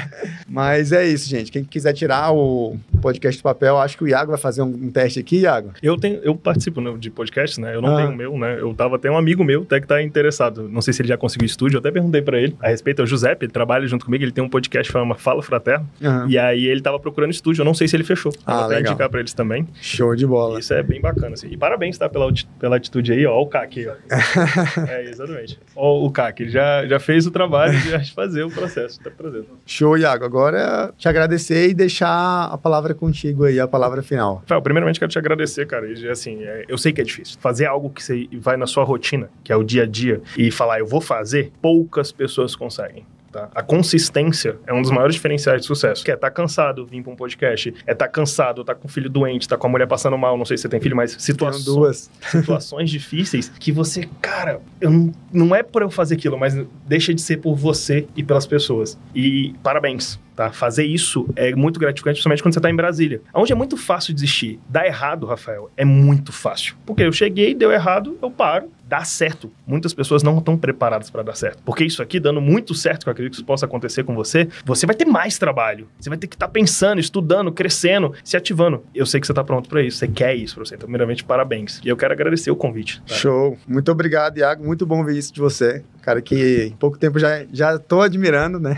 Mas é isso, gente. Quem quiser tirar o podcast do papel, acho que o Iago vai fazer um, um teste aqui, Iago. Eu, tenho, eu participo, né, de podcasts, né? Eu não Ah. tenho o meu, né? Eu tava até um amigo meu até que tá interessado. Não sei se ele já conseguiu estúdio. Eu até perguntei pra ele a respeito. É o Giuseppe, ele trabalha junto comigo. Ele tem um podcast que chama Fala Fraterno. Uhum. E aí ele tava procurando estúdio. Eu não sei se ele fechou. Ah, Vou até legal. indicar pra eles também. Show de bola. Isso é bem bacana, assim. E parabéns, tá? Pela, pela atitude aí, ó. Ó o K aqui, ó. É, exatamente. Ó o K, que ele já, já fez o trabalho de fazer o processo. Tá presente. Show, Iago. Agora é te agradecer e deixar a palavra contigo aí, a palavra final. Rafael, primeiramente quero te agradecer, cara. E, assim, é, eu sei que é difícil. Fazer algo que você vai na sua rotina, que é o dia a dia, e falar, eu vou fazer, poucas pessoas conseguem. Tá? A consistência é um dos maiores diferenciais de sucesso. Que é estar tá cansado, vir para um podcast, é estar tá cansado, estar tá com o filho doente, estar tá com a mulher passando mal, não sei se você tem filho, mas situações, Tenho duas. situações difíceis que você, cara, eu não, não é por eu fazer aquilo, mas deixa de ser por você e pelas pessoas. E parabéns. Tá? Fazer isso é muito gratificante, principalmente quando você tá em Brasília. Onde é muito fácil desistir. Dar errado, Rafael, é muito fácil. Porque eu cheguei, deu errado, eu paro. Dá certo. Muitas pessoas não estão preparadas para dar certo. Porque isso aqui, dando muito certo, que eu acredito que isso possa acontecer com você, você vai ter mais trabalho. Você vai ter que estar tá pensando, estudando, crescendo, se ativando. Eu sei que você tá pronto para isso. Você quer isso pra você. Então, primeiramente, parabéns. E eu quero agradecer o convite. Tá? Show. Muito obrigado, Iago. Muito bom ver isso de você. Cara, que em pouco tempo já, já tô admirando, né?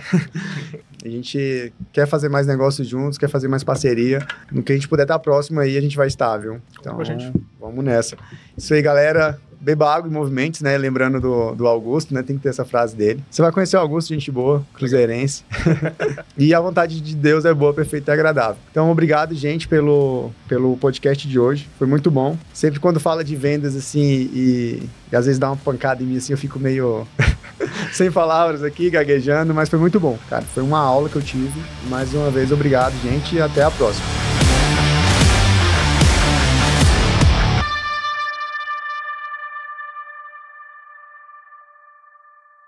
A gente quer fazer mais negócios juntos, quer fazer mais parceria. No que a gente puder estar próximo aí, a gente vai estar, viu? Então, gente. Vamos nessa. Isso aí, galera. Beba água e movimentos, né? Lembrando do, do Augusto, né? Tem que ter essa frase dele. Você vai conhecer o Augusto, gente boa, cruzeirense. E a vontade de Deus é boa, perfeita e agradável. Então, obrigado, gente, pelo, pelo podcast de hoje. Foi muito bom. Sempre quando fala de vendas, assim, e, e às vezes dá uma pancada em mim, assim, eu fico meio... sem palavras aqui, gaguejando, mas foi muito bom, cara. Foi uma aula que eu tive. Mais uma vez, obrigado, gente, e até a próxima.